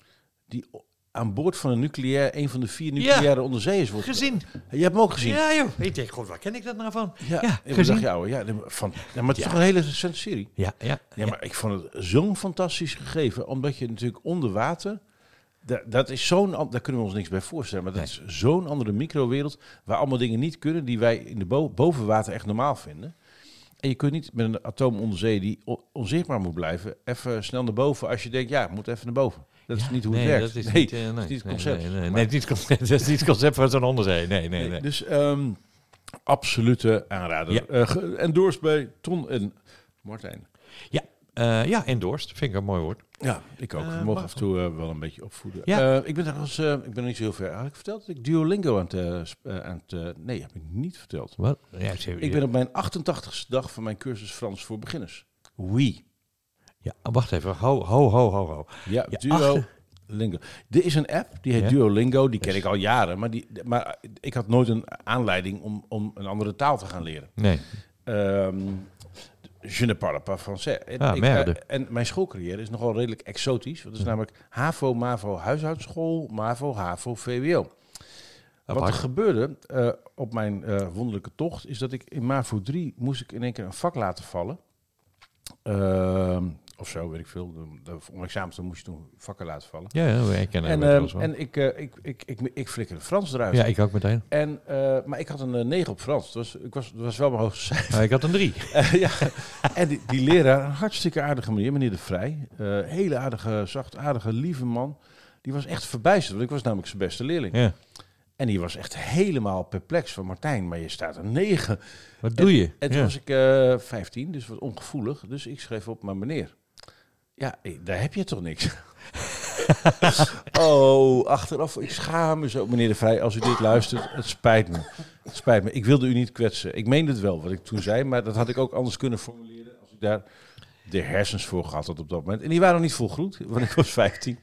S1: die o- aan boord van een nucleair, een van de vier nucleaire onderzeeërs wordt.
S2: Gezien.
S1: Je hebt hem ook gezien.
S2: Ja, joh. Ik denk, god, waar ken ik dat nou van?
S1: Ja,
S2: Ja,
S1: ik
S2: gezien.
S1: dacht, ja, hoor, ja, de- van, ja, maar het is
S2: Ja.
S1: toch een hele recente serie.
S2: Ja, ja.
S1: Ja, maar ik vond het zo'n fantastisch gegeven, omdat je natuurlijk onder water, da- dat is zo'n, an- daar kunnen we ons niks bij voorstellen, maar dat is zo'n andere microwereld, waar allemaal dingen niet kunnen die wij in de bo- boven water echt normaal vinden. En je kunt niet met een atoom onder zee die on- onzichtbaar moet blijven, even snel naar boven als je denkt, ja, ik moet even naar boven. Dat is
S2: Ja,
S1: niet hoe
S2: nee,
S1: het werkt.
S2: Dat is
S1: nee,
S2: niet, uh, nee,
S1: dat is niet het
S2: nee,
S1: concept.
S2: Nee, nee, nee,
S1: Maar-
S2: nee, niet het concept. Dat is niet het concept van zo'n onderzee. Nee, nee,
S1: nee,
S2: nee.
S1: Dus um, absolute aanrader.
S2: Ja.
S1: Uh, ge- endorsed bij Ton en Martijn.
S2: Uh, ja, endorsed. Vind ik een mooi woord.
S1: Ja, ik ook.
S2: Uh,
S1: We mogen
S2: maar-
S1: af en toe uh, wel een beetje opvoeden.
S2: Ja.
S1: Uh, ik ben trouwens, uh, ik ben niet zo heel ver. Had ik verteld dat ik Duolingo aan het, uh, sp- uh, aan het uh, nee, heb ik niet verteld.
S2: Wat? Ja, ik, zeg-
S1: Ik ben op mijn achtentachtigste dag van mijn cursus Frans voor beginners. Oui.
S2: ja, wacht even. Ho, ho, ho, ho, ho.
S1: Ja,
S2: Ja,
S1: Duolingo. Er is een app, die heet
S2: Ja?
S1: Duolingo. Die ken
S2: Dus-
S1: ik al jaren. Maar, die, maar ik had nooit een aanleiding om, om een andere taal te gaan leren.
S2: Nee.
S1: Um, je ne parle pas français. En,
S2: Ah,
S1: ik,
S2: merde.
S1: uh, en mijn schoolcarrière is nogal redelijk exotisch. Dat is
S2: Ja.
S1: namelijk HAVO, MAVO, huishoudschool, MAVO, HAVO, V W O. Wat er
S2: Apart.
S1: gebeurde uh, op mijn uh, wonderlijke tocht, is dat ik in MAVO drie moest ik in één keer een vak laten vallen. Uh, of zo, weet ik veel. De, de, om examens dan moest je toen vakken laten vallen.
S2: Ja, ja, ik ken
S1: En,
S2: het
S1: uh, en ik, uh, ik, ik, ik, ik, ik flikkerde Frans eruit.
S2: Ja, ik ook meteen.
S1: En, uh, maar ik had een uh, negen op Frans. Dus ik was, dat was wel mijn hoogste cijfer.
S2: Ja, ik had een drie.
S1: Uh, ja. En die, die leraar, een hartstikke aardige meneer, meneer De Vrij. Uh, hele aardige, zachtaardige, lieve man. Die was echt verbijsterd, want ik was namelijk zijn beste leerling.
S2: Ja.
S1: En die was echt helemaal perplex van Martijn, maar je staat een negen.
S2: Wat doe je?
S1: En toen
S2: ja.
S1: was ik uh, vijftien, dus wat ongevoelig. Dus ik schreef op, maar meneer, ja, daar heb je toch niks. Oh, achteraf, ik schaam me zo. Meneer De Vrij, als u dit luistert, het spijt me. Het spijt me. Ik wilde u niet kwetsen. Ik meende het wel, wat ik toen zei, maar dat had ik ook anders kunnen formuleren als ik daar de hersens voor gehad had op dat moment. En die waren nog niet volgroet, want ik was vijftien.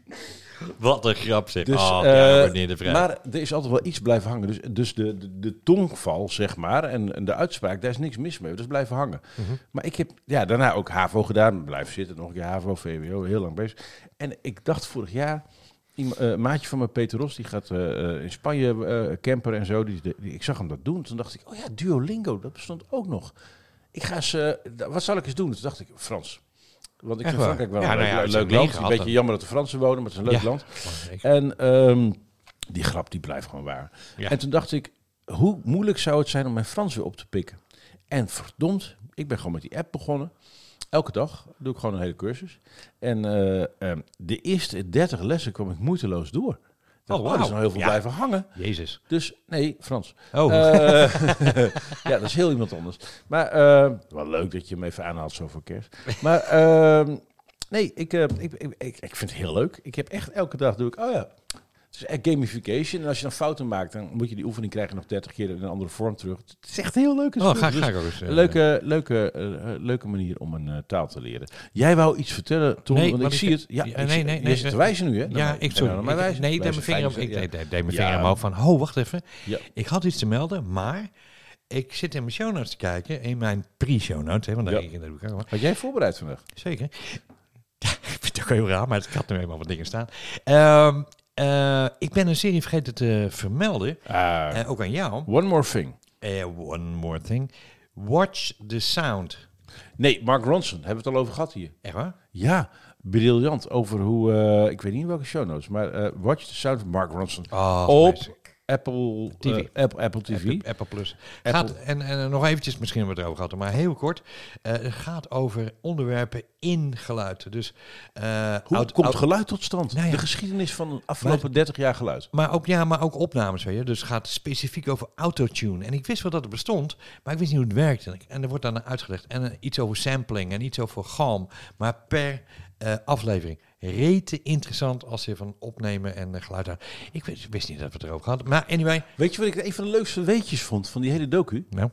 S2: Wat een grap zeg.
S1: Dus,
S2: oh,
S1: uh,
S2: ja, meneer De Vrij.
S1: maar er is altijd wel iets blijven hangen. Dus, dus de, de, de tongval, zeg maar, en, en de uitspraak, daar is niks mis mee. Dat is blijven hangen.
S2: Mhm.
S1: Maar ik heb ja, daarna ook HAVO gedaan. Blijven zitten, nog een keer HAVO, V W O, heel lang bezig. En ik dacht vorig jaar, een uh, maatje van mijn, Peter Ros, die gaat uh, in Spanje uh, camper en zo. Die, die, ik zag hem dat doen. Toen dacht ik, oh ja, Duolingo, dat bestond ook nog. Ik ga eens, uh, wat zal ik eens doen? Toen dacht ik, Frans. Want ik
S2: Echt
S1: vind
S2: waar?
S1: Frankrijk wel
S2: Ja,
S1: een
S2: nou ja,
S1: leuk,
S2: als je
S1: leuk
S2: een
S1: land.
S2: negen
S1: Een
S2: had,
S1: beetje
S2: dan-
S1: jammer dat de Fransen wonen, maar het is een leuk
S2: Ja.
S1: land.
S2: Belangrijk.
S1: En um, die grap die blijft gewoon waar.
S2: Ja.
S1: En toen dacht ik, hoe moeilijk zou het zijn om mijn Frans weer op te pikken? En verdomd, ik ben gewoon met die app begonnen. Elke dag doe ik gewoon een hele cursus. En uh, um, de eerste dertig lessen kwam ik moeiteloos door.
S2: Oh,
S1: Oh,
S2: wauw.
S1: er is nog heel veel
S2: Ja.
S1: blijven hangen.
S2: Jezus.
S1: Dus, nee, Frans.
S2: Oh.
S1: Uh, ja, dat is heel iemand anders. Maar, uh, wel leuk dat je hem even aanhaalt zo voor kerst. Maar, uh, nee, ik, uh, ik, ik, ik, ik vind het heel leuk. Ik heb echt elke dag, doe ik, oh ja, het is echt gamification. En als je dan fouten maakt, dan moet je die oefening krijgen nog dertig keer in een andere vorm terug. Het is echt heel leuk.
S2: Oh, ga, ga ik ook eens.
S1: Een
S2: uh,
S1: leuke, leuke, uh, leuke manier om een uh, taal te leren. Jij wou iets vertellen, Tom,
S2: Nee,
S1: want ik
S2: wat
S1: zie
S2: ik-
S1: het. Ja,
S2: ja,
S1: ik
S2: nee,
S1: zie-
S2: nee,
S1: je
S2: nee,
S1: zit te
S2: nee.
S1: wijzen nu, hè?
S2: Ja,
S1: Nou,
S2: ik
S1: ben
S2: sorry.
S1: nou naar mij
S2: Ik-
S1: wijzen?
S2: nee, ik deed
S1: Wijzen
S2: mijn vinger,
S1: fijn,
S2: ik
S1: ja.
S2: deed, deed, deed mijn
S1: Ja.
S2: vinger omhoog van, oh, wacht even.
S1: Ja.
S2: Ik had iets te melden, maar ik zit in mijn show notes te kijken, in mijn pre-show notes, hè, want daar,
S1: Ja.
S2: dat doe ik ook wel.
S1: Had jij voorbereid vandaag?
S2: Zeker. Ja, ik vind het ook heel raar, maar ik had nu eenmaal wat dingen staan. Um, uh, ik ben een serie vergeten te vermelden,
S1: Uh,
S2: uh, ook aan jou.
S1: one more thing.
S2: Uh, one more thing. Watch the Sound.
S1: Nee, Mark Ronson, hebben we het al over gehad hier.
S2: Echt waar?
S1: Ja, briljant. Over hoe, uh, ik weet niet in welke show notes, maar uh, Watch the Sound of Mark Ronson.
S2: Oh,
S1: Op
S2: meisje.
S1: Apple
S2: T V.
S1: uh, Apple, Apple T V.
S2: Apple, Apple Plus.
S1: Apple.
S2: Gaat, en, en nog eventjes, misschien hebben we het erover gehad, maar heel kort. Uh, het gaat over onderwerpen in geluid. Dus, uh,
S1: Hoe
S2: oud-
S1: komt
S2: oud-
S1: geluid tot stand?
S2: Nou ja.
S1: De geschiedenis van de afgelopen
S2: Maar-
S1: dertig jaar geluid.
S2: Maar ook, ja, maar ook opnames, weet je. Dus het gaat specifiek over autotune. En ik wist wel dat het bestond, maar ik wist niet hoe het werkte. En, ik- en er wordt dan uitgelegd. En uh, iets over sampling en iets over galm. Maar per uh, aflevering. Rete interessant als je van opnemen en uh, geluid aan. Ik wist, wist niet dat we het erover hadden. Maar anyway.
S1: Weet je wat ik een van de leukste weetjes vond van die hele docu?
S2: Nou,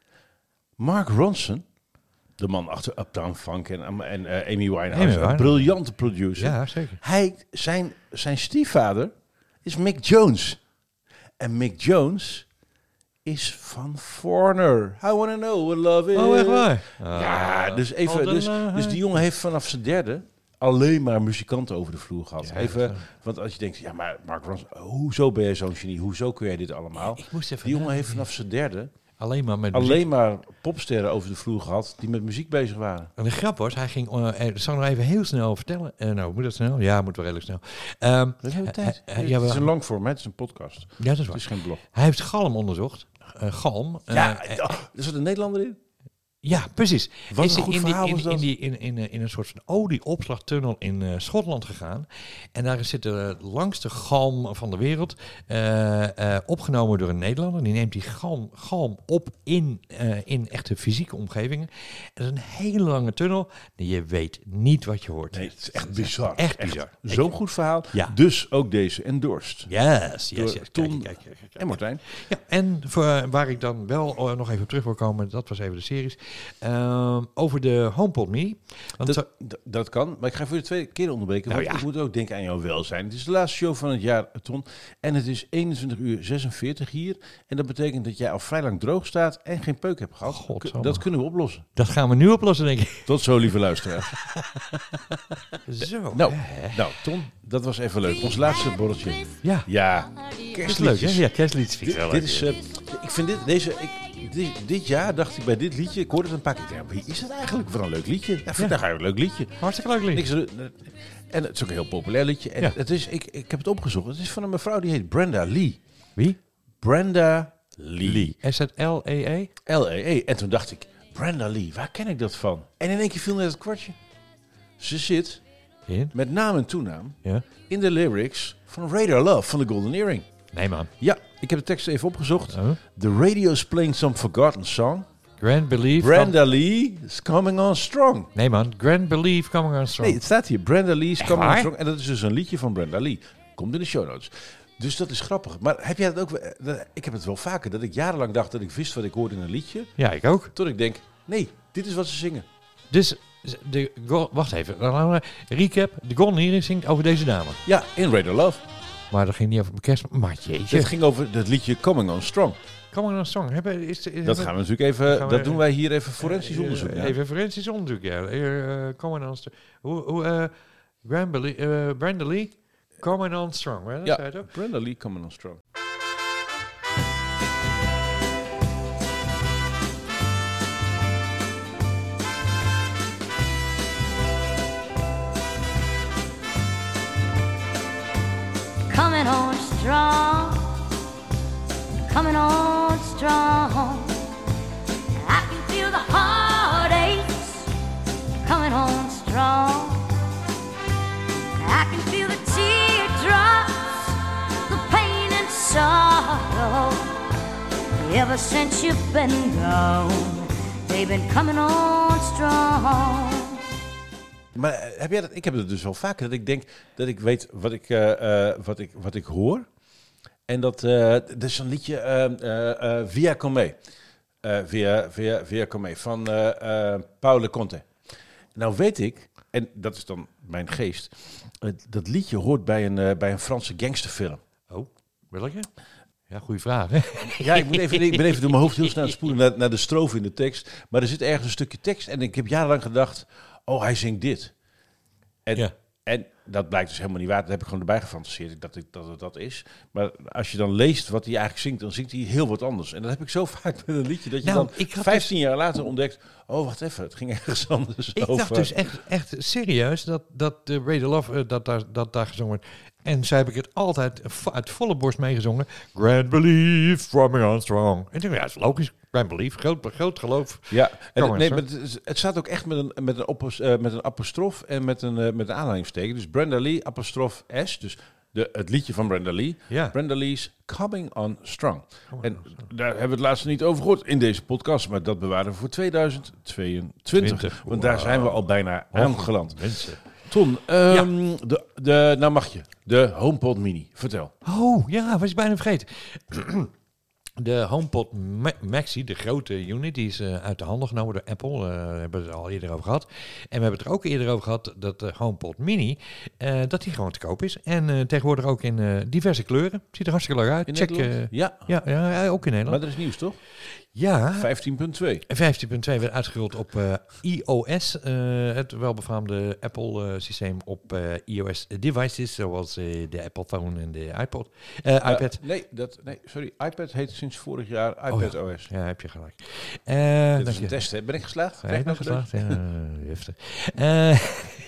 S1: Mark Ronson, de man achter Uptown Funk en, en uh, Amy
S2: Amy
S1: Winehouse,
S2: Winehouse.
S1: een briljante producer.
S2: ja, zeker.
S1: Hij, zijn, zijn stiefvader is Mick Jones. En Mick Jones is van Foreigner. I wanna know what love is.
S2: Oh, echt waar?
S1: Ja,
S2: Ah,
S1: dus even,
S2: oh,
S1: dus,
S2: dan, uh,
S1: dus die jongen heeft vanaf zijn derde alleen maar muzikanten over de vloer gehad.
S2: Ja,
S1: even,
S2: dat is-
S1: want als je denkt, ja, maar Mark Ronson, hoezo ben jij zo'n genie? Hoezo kun jij dit allemaal?
S2: Ik moest even
S1: Die jongen heeft
S2: nadenken.
S1: vanaf zijn derde
S2: Alleen maar met muziek.
S1: alleen maar popsterren over de vloer gehad die met muziek bezig waren.
S2: En de grap was, hij ging, uh, eh, dat zal ik nog even heel snel vertellen. Uh, nou, moet dat snel? Ja, moet wel redelijk snel. Um,
S1: Dat hebben we
S2: eh,
S1: tijd.
S2: eh,
S1: het
S2: ja,
S1: is
S2: wel-
S1: een lang format, het is een podcast.
S2: ja, dat is
S1: Het
S2: waar.
S1: is geen blog.
S2: Hij heeft galm onderzocht. Uh, galm. Uh,
S1: Ja,
S2: eh,
S1: oh, er zat een Nederlander in.
S2: Ja, precies.
S1: Wat
S2: is
S1: een goed
S2: in,
S1: verhaal
S2: die,
S1: was
S2: in,
S1: dat.
S2: in, die, in, in, in een soort van olieopslagtunnel in uh, Schotland gegaan. En daar zit de langste galm van de wereld. Uh, uh, opgenomen door een Nederlander. Die neemt die galm, galm op in, uh, in echte fysieke omgevingen. En dat is een hele lange tunnel. En je weet niet wat je hoort.
S1: Nee, het is echt bizar.
S2: Echt bizar.
S1: Zo'n goed verhaal.
S2: Ja.
S1: Dus ook deze endorsed.
S2: Yes, yes,
S1: Door
S2: yes.
S1: Ton
S2: Kijk, kijk, kijk, kijk, kijk.
S1: En Martijn.
S2: Ja, en voor, uh, waar ik dan wel uh, nog even op terug wil komen, dat was even de series. Uh, over de HomePod Mini. Want
S1: Dat, d- dat kan, maar ik ga voor de tweede keer onderbreken.
S2: Nou
S1: Want
S2: ja.
S1: ik moet ook denken aan jouw welzijn. Het is de laatste show van het jaar, Ton. En het is eenentwintig uur zesenveertig hier. En dat betekent dat jij al vrij lang droog staat en geen peuk hebt gehad.
S2: Godsamme.
S1: Dat kunnen we oplossen.
S2: dat gaan we nu oplossen, denk ik.
S1: Tot zo, lieve luisteraars.
S2: Zo.
S1: Nou, nou, Ton, dat was even leuk. Ons laatste borreltje.
S2: Ja,
S1: Ja,
S2: dat is leuk, hè?
S1: kerstliedjes.
S2: Ja, kerstliedjes vind ik
S1: Dit,
S2: wel
S1: dit
S2: leuk.
S1: is, uh, ik vind dit, deze, ik, dit, dit jaar dacht ik bij dit liedje, ik hoorde het een paar keer, ik dacht, wie is dat eigenlijk voor een leuk liedje? Ja, vandaag een leuk liedje.
S2: Hartstikke leuk lied.
S1: Niks, uh, en het is ook een heel populair liedje. En
S2: Ja.
S1: het is, ik, ik heb het opgezocht, het is van een mevrouw die heet Brenda Lee.
S2: Wie?
S1: Brenda Lee.
S2: Is het L E E?
S1: L E E. En toen dacht ik, Brenda Lee, waar ken ik dat van? En in één keer viel net het kwartje. Ze zit,
S2: In?
S1: met naam en toenaam,
S2: Ja.
S1: in de lyrics van Radar Love van The Golden Earring.
S2: Nee, man.
S1: Ja, ik heb de tekst even opgezocht.
S2: Oh.
S1: The radio's playing some forgotten song.
S2: Grand Belief.
S1: Brenda Lee is coming on strong.
S2: Nee, man. Grand Belief coming on strong.
S1: Nee, het staat hier. Brenda Lee is
S2: Echt
S1: coming on
S2: waar?
S1: strong. En dat is dus een liedje van Brenda Lee. Komt in de show notes. Dus dat is grappig. Maar heb jij dat ook... wel- dat- Ik heb het wel vaker. Dat ik jarenlang dacht dat ik wist wat ik hoorde in een liedje.
S2: Ja, ik ook.
S1: Tot ik denk, nee, dit is wat ze zingen.
S2: Dus, de, go- wacht even. Recap. De Golden Earring zingt over deze dame.
S1: Ja, in Radar Love.
S2: Maar dat ging niet over kerst. Maar jeetje.
S1: Het ging over het liedje Coming on Strong.
S2: Coming on strong. Hebben, is, is,
S1: Dat gaan we natuurlijk even...
S2: gaan we-
S1: dat doen wij hier even forensisch
S2: Eh,
S1: onderzoek naar.
S2: Even forensisch onderzoek, ja. Uh, coming on strong. Hoe, hoe, uh, Grand Beli- uh, Brenda Lee, coming on strong. Hè? Dat
S1: Ja,
S2: zei het ook.
S1: Brenda Lee coming on strong.
S4: Coming on strong, coming on strong. I can feel the heartaches coming on strong. I can feel the teardrops, the pain and sorrow. Ever since you've been gone, they've been coming on strong.
S1: Maar eh, heb jij dat? Ik heb het dus wel vaker dat ik denk dat ik weet wat ik, eh, eh, wat ik, wat ik hoor. En dat, eh dat is een liedje eh, eh, eh, Via Come. Eh, via, via, via Come van eh eh Paolo Conte. Nou weet ik, en dat is dan mijn geest, eh, dat liedje hoort bij een, eh, bij een Franse gangsterfilm.
S2: Oh, welke? Ja, goede vraag. Hè?
S1: Ja, ik, moet even, ik ben even door mijn hoofd heel snel aan het spoelen naar, naar de strofe in de tekst. Maar er zit ergens een stukje tekst en ik heb jarenlang gedacht, oh, hij zingt dit. En,
S2: Ja.
S1: en dat blijkt dus helemaal niet waar. Dat heb ik gewoon erbij gefantaseerd dat, ik, dat het dat is. Maar als je dan leest wat hij eigenlijk zingt, dan zingt hij heel wat anders. En dat heb ik zo vaak met een liedje, dat je
S2: Nou,
S1: dan
S2: ik had
S1: vijftien jaar later ontdekt, oh, wacht even, het ging ergens anders
S2: Ik
S1: over.
S2: dacht dus echt, echt serieus dat, dat de Radio Love, uh, dat, daar, dat daar gezongen wordt. En zo heb ik het altijd vo- uit volle borst meegezongen. Grand Belief, coming on strong. En ik dacht, ja, dat is logisch. Grand Belief, groot, groot geloof.
S1: Ja, en
S2: Kom maar,
S1: nee,
S2: sorry.
S1: maar het, is- het staat ook echt met een, met een, opos, uh, met een apostrof en met een, uh, met een aanhalingsteken. Dus Brenda Lee, apostrof S, dus de, het liedje van Brenda Lee.
S2: Ja.
S1: Brenda Lee's Coming on Strong. En daar hebben we het laatst niet over gehoord in deze podcast, maar dat bewaren we voor tweeduizend tweeëntwintig.
S2: twintig.
S1: Want daar zijn we al bijna aangeland.
S2: Mensen.
S1: Ton, um, de, de, nou mag je, de HomePod Mini. Vertel.
S2: Oh, ja, was ik bijna vergeten. De HomePod Ma- Maxi, de grote unit, die is uh, uit de handen genomen door Apple. Uh, daar hebben we het al eerder over gehad. En we hebben het er ook eerder over gehad dat de HomePod Mini, uh, dat die gewoon te koop is. En uh, tegenwoordig ook in uh, diverse kleuren. Ziet er hartstikke leuk uit.
S1: In
S2: Check.
S1: Nederland?
S2: Uh,
S1: Ja,
S2: ja, ja, ook in Nederland.
S1: maar er is nieuws toch?
S2: Ja.
S1: vijftien punt twee.
S2: vijftien punt twee werd uitgerold op uh, iOS, uh, het welbefaamde Apple-systeem uh, op uh, iOS-devices, zoals uh, de Apple Phone en de iPod, uh, iPad.
S1: Uh, nee, dat, nee, sorry. iPad heet sinds vorig jaar iPad
S2: Oh,
S1: O S.
S2: Ja, heb je gelijk. Uh,
S1: Dit is een test, hè? Ben ik geslaagd?
S2: Ja,
S1: Krijg
S2: ik
S1: ik
S2: ben
S1: nog
S2: geslaagd. Ja, heftig. Uh,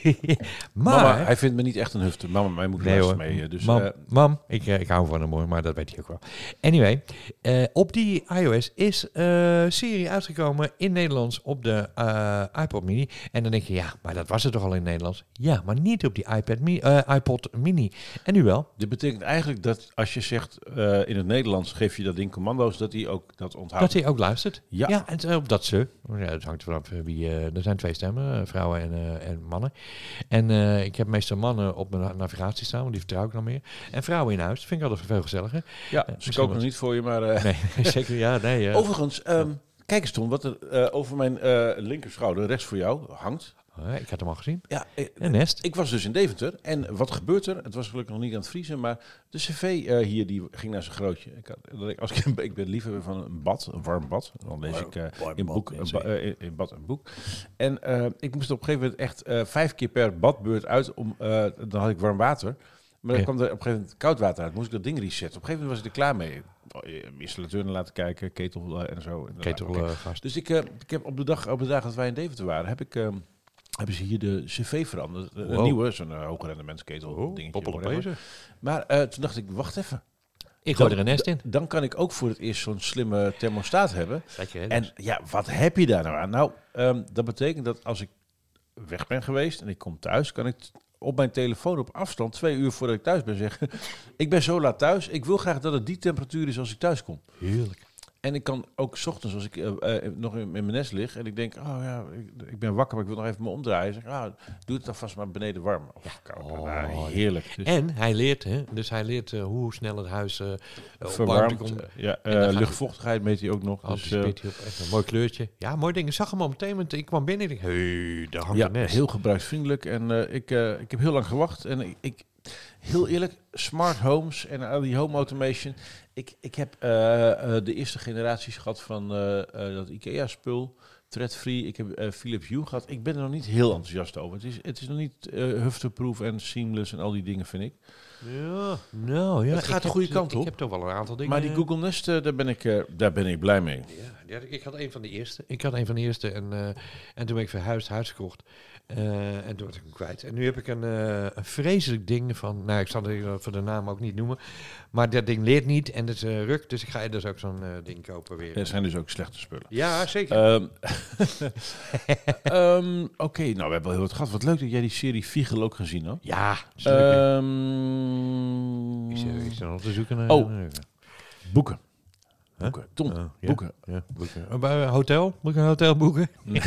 S2: maar...
S1: Mama, hij vindt me niet echt een hufter. Mama, mij moet
S2: Nee
S1: luisteren
S2: hoor,
S1: mee. Dus,
S2: mam,
S1: eh,
S2: mam ik, eh, ik hou van hem hoor, maar dat weet hij ook wel. Anyway, eh, op die iOS is eh, Siri uitgekomen in Nederlands op de uh, iPod Mini. En dan denk je, ja, maar dat was het toch al in Nederlands? Ja, maar niet op die iPad mini, uh, iPod Mini. En nu wel.
S1: dit betekent eigenlijk dat als je zegt uh, in het Nederlands geef je dat ding commando's, dat hij ook dat onthoudt.
S2: Dat hij ook luistert.
S1: Ja.
S2: Ja, en uh, op dat ze. Ja, het hangt er vanaf wie... Uh, er zijn twee stemmen, uh, vrouwen en, uh, en mannen. En uh, ik heb meestal mannen op mijn navigatie staan, want die vertrouw ik nog meer. En vrouwen in huis, vind ik altijd veel gezelliger.
S1: Ja,
S2: Uh,
S1: ze koken nog niet voor je, maar... Uh,
S2: nee, zeker, ja, nee. Uh,
S1: Overigens, um, kijk eens Ton, wat er uh, over mijn uh, linkerschouder, rechts voor jou, hangt.
S2: uh, ik had hem al gezien.
S1: Ja, uh,
S2: Een nest.
S1: Ik was dus in Deventer en wat gebeurt er? Het was gelukkig nog niet aan het vriezen, maar de cv uh, hier die ging naar zijn grootje. Ik, had, dat ik, als ik, ik ben liefhebber van een bad, een warm bad. Dan lees ik uh, in, boek, uh, ba, uh, in, in bad een boek. En uh, ik moest op een gegeven moment echt uh, vijf keer per badbeurt uit. Om, uh, dan had ik warm water. Maar dan
S2: Ja.
S1: kwam er op een gegeven moment koud water uit. Moest ik dat ding resetten. Op een gegeven moment was ik er klaar mee. Installateur naar laten kijken, ketel uh, en zo. En
S2: Ketel,
S1: okay.
S2: uh, gast.
S1: Dus ik, uh, ik heb op de dag, op de dag dat wij in Deventer waren, heb ik... Uh, hebben ze hier de cv veranderd. Wow. Een nieuwe, zo'n uh, hoge rendementsketel
S2: Oh,
S1: dingetje. Maar uh, toen dacht ik, wacht even.
S2: Ik gooi er een nest in.
S1: Dan kan ik ook voor het eerst zo'n slimme thermostaat hebben.
S2: Lekker, hè,
S1: en
S2: dus.
S1: ja, wat heb je daar nou aan? Nou, um, dat betekent dat als ik weg ben geweest en ik kom thuis, kan ik t- op mijn telefoon op afstand, twee uur voordat ik thuis ben, zeggen... ik ben zo laat thuis, ik wil graag dat het die temperatuur is als ik thuis kom.
S2: Heerlijk.
S1: En ik kan ook 's ochtends, als ik uh, uh, nog in, in mijn nest lig en ik denk, oh ja, ik, ik ben wakker, maar ik wil nog even me omdraaien. Zeg, ah, doe het dan vast maar beneden warm. Of ja. koud.
S2: Oh,
S1: nou, heerlijk. Dus
S2: en hij leert, hè? Dus hij leert uh, hoe snel het huis uh,
S1: verwarmd.
S2: komt.
S1: Ja,
S2: uh,
S1: luchtvochtigheid meet hij ook nog. Dus, uh,
S2: hij op. Echt een mooi kleurtje. Ja, mooi ding. Ik zag hem al meteen, want ik kwam binnen en ik dacht, hey, daar hangt
S1: ja,
S2: een nest.
S1: heel gebruiksvriendelijk. En uh, ik, uh, ik heb heel lang gewacht. En ik, ik heel eerlijk, smart homes en al die home automation. Ik, ik heb uh, uh, de eerste generaties gehad van uh, uh, dat IKEA-spul, thread-free. Ik heb uh, Philips Hue gehad. Ik ben er nog niet heel enthousiast over. Het is, het is nog niet uh, hufterproof en seamless en al die dingen, vind ik.
S2: Ja, nou ja.
S1: Het gaat de goede
S2: heb,
S1: kant op.
S2: Ik heb toch wel een aantal dingen.
S1: Maar die Google Nest, uh, daar, ben ik, uh, daar ben ik blij mee.
S2: Ja, ja, ik had een van de eerste. Ik had een van de eerste en, uh, en toen ben ik verhuisd, huis gekocht. Uh, en toen was ik hem kwijt. En nu heb ik een, uh, een vreselijk ding van... Nou, ik zal het voor de naam ook niet noemen. Maar dat ding leert niet en het uh, rukt. Dus ik ga dus ook zo'n uh, ding kopen weer.
S1: Er zijn dus ook slechte spullen.
S2: Ja, zeker.
S1: Um, um, Oké, okay, nou, we hebben wel heel wat gehad. Wat leuk dat jij die serie Fiegel ook gezien had.
S2: Ja,
S1: um,
S2: ik zit ik nog te zoeken naar...
S1: Oh, boeken. Boeken. Tom,
S2: uh, ja,
S1: boeken.
S2: Ja, boeken. Uh, bij een hotel? Moet ik een hotel boeken? Nee.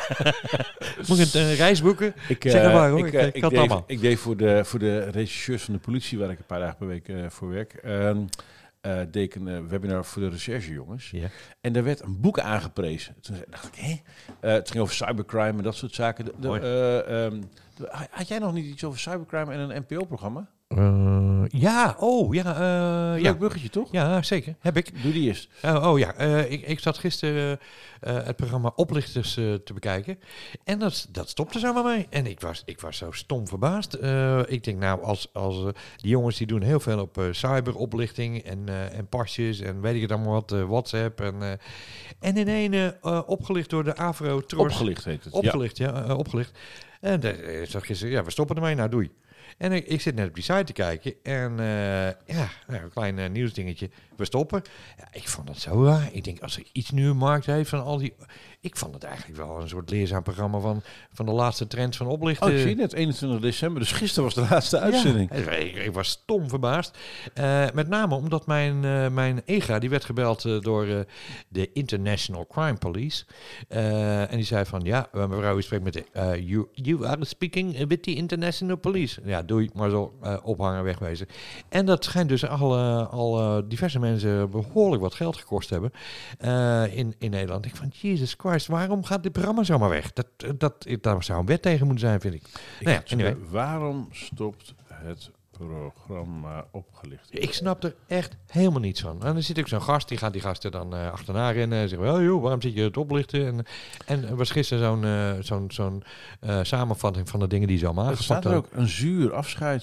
S2: Moet ik een uh, reis boeken?
S1: Ik, uh,
S2: zeg het maar hoor,
S1: ik,
S2: ik,
S1: uh,
S2: ik,
S1: ik,
S2: ik
S1: deed,
S2: allemaal.
S1: ik deed voor de, voor de regisseurs van de politie, waar ik een paar dagen per week uh, voor werk, uh, uh, deed ik een uh, webinar voor de recherchejongens.
S2: Ja.
S1: En daar werd een boek aangeprezen. Toen dacht ik, hé? Uh, het ging over cybercrime en dat soort zaken. De, de, uh, um, de, had jij nog niet iets over cybercrime en een N P O-programma?
S2: Uh, ja, oh, ja. Uh,
S1: Leuk
S2: ja.
S1: bruggetje, toch?
S2: Ja, zeker. Heb ik.
S1: Doe die eerst.
S2: Uh, oh ja, uh, ik, ik zat gisteren uh, het programma Oplichters uh, te bekijken. En dat, dat stopte zomaar mee. En ik was, ik was zo stom verbaasd. Uh, ik denk nou, als, als uh, die jongens die doen heel veel op uh, cyberoplichting en, uh, en pasjes en weet ik het allemaal wat, uh, WhatsApp. En, uh, en in een uh, opgelicht door de Avro-Tros.
S1: Opgelicht heet het.
S2: Opgelicht, ja, ja uh, opgelicht. En ik zag gisteren, ja, we stoppen ermee, nou doei. En ik, ik zit net op die site te kijken en uh, ja, nou, een klein uh, nieuwsdingetje. We stoppen. Ja, ik vond het zo raar. Ik denk, als er iets nu een markt heeft van al die... Ik vond het eigenlijk wel een soort leerzaam programma van, van de laatste trends van oplichten.
S1: Oh, ik zie net, eenentwintig december. Dus gisteren was de laatste uitzending.
S2: Ja, ik, ik was stom verbaasd. Uh, met name omdat mijn, uh, mijn E G A, die werd gebeld uh, door uh, de International Crime Police. Uh, en die zei van, ja, mevrouw, u spreekt met de... Uh, you, you are speaking with the International Police. Ja, doei, maar zo uh, ophangen, wegwezen. En dat schijnt dus al, uh, al uh, diverse mensen behoorlijk wat geld gekost hebben uh, in, in Nederland. Ik van, Jesus Christ, waarom gaat dit programma zomaar weg? Dat, dat, daar zou een wet tegen moeten zijn, vind ik.
S1: ik
S2: nou ja, anyway.
S1: Waarom stopt het programma Opgelicht?
S2: Ik snap er echt helemaal niets van. En dan zit ook zo'n gast, die gaat die gasten dan uh, achterna rennen en zeggen, oh joh, waarom zit je het oplichten? En, en er was gisteren zo'n, uh, zo'n, zo'n uh, samenvatting van de dingen die ze allemaal
S1: Er
S2: aangepakt
S1: staat er
S2: hadden.
S1: ook een zuur afscheid.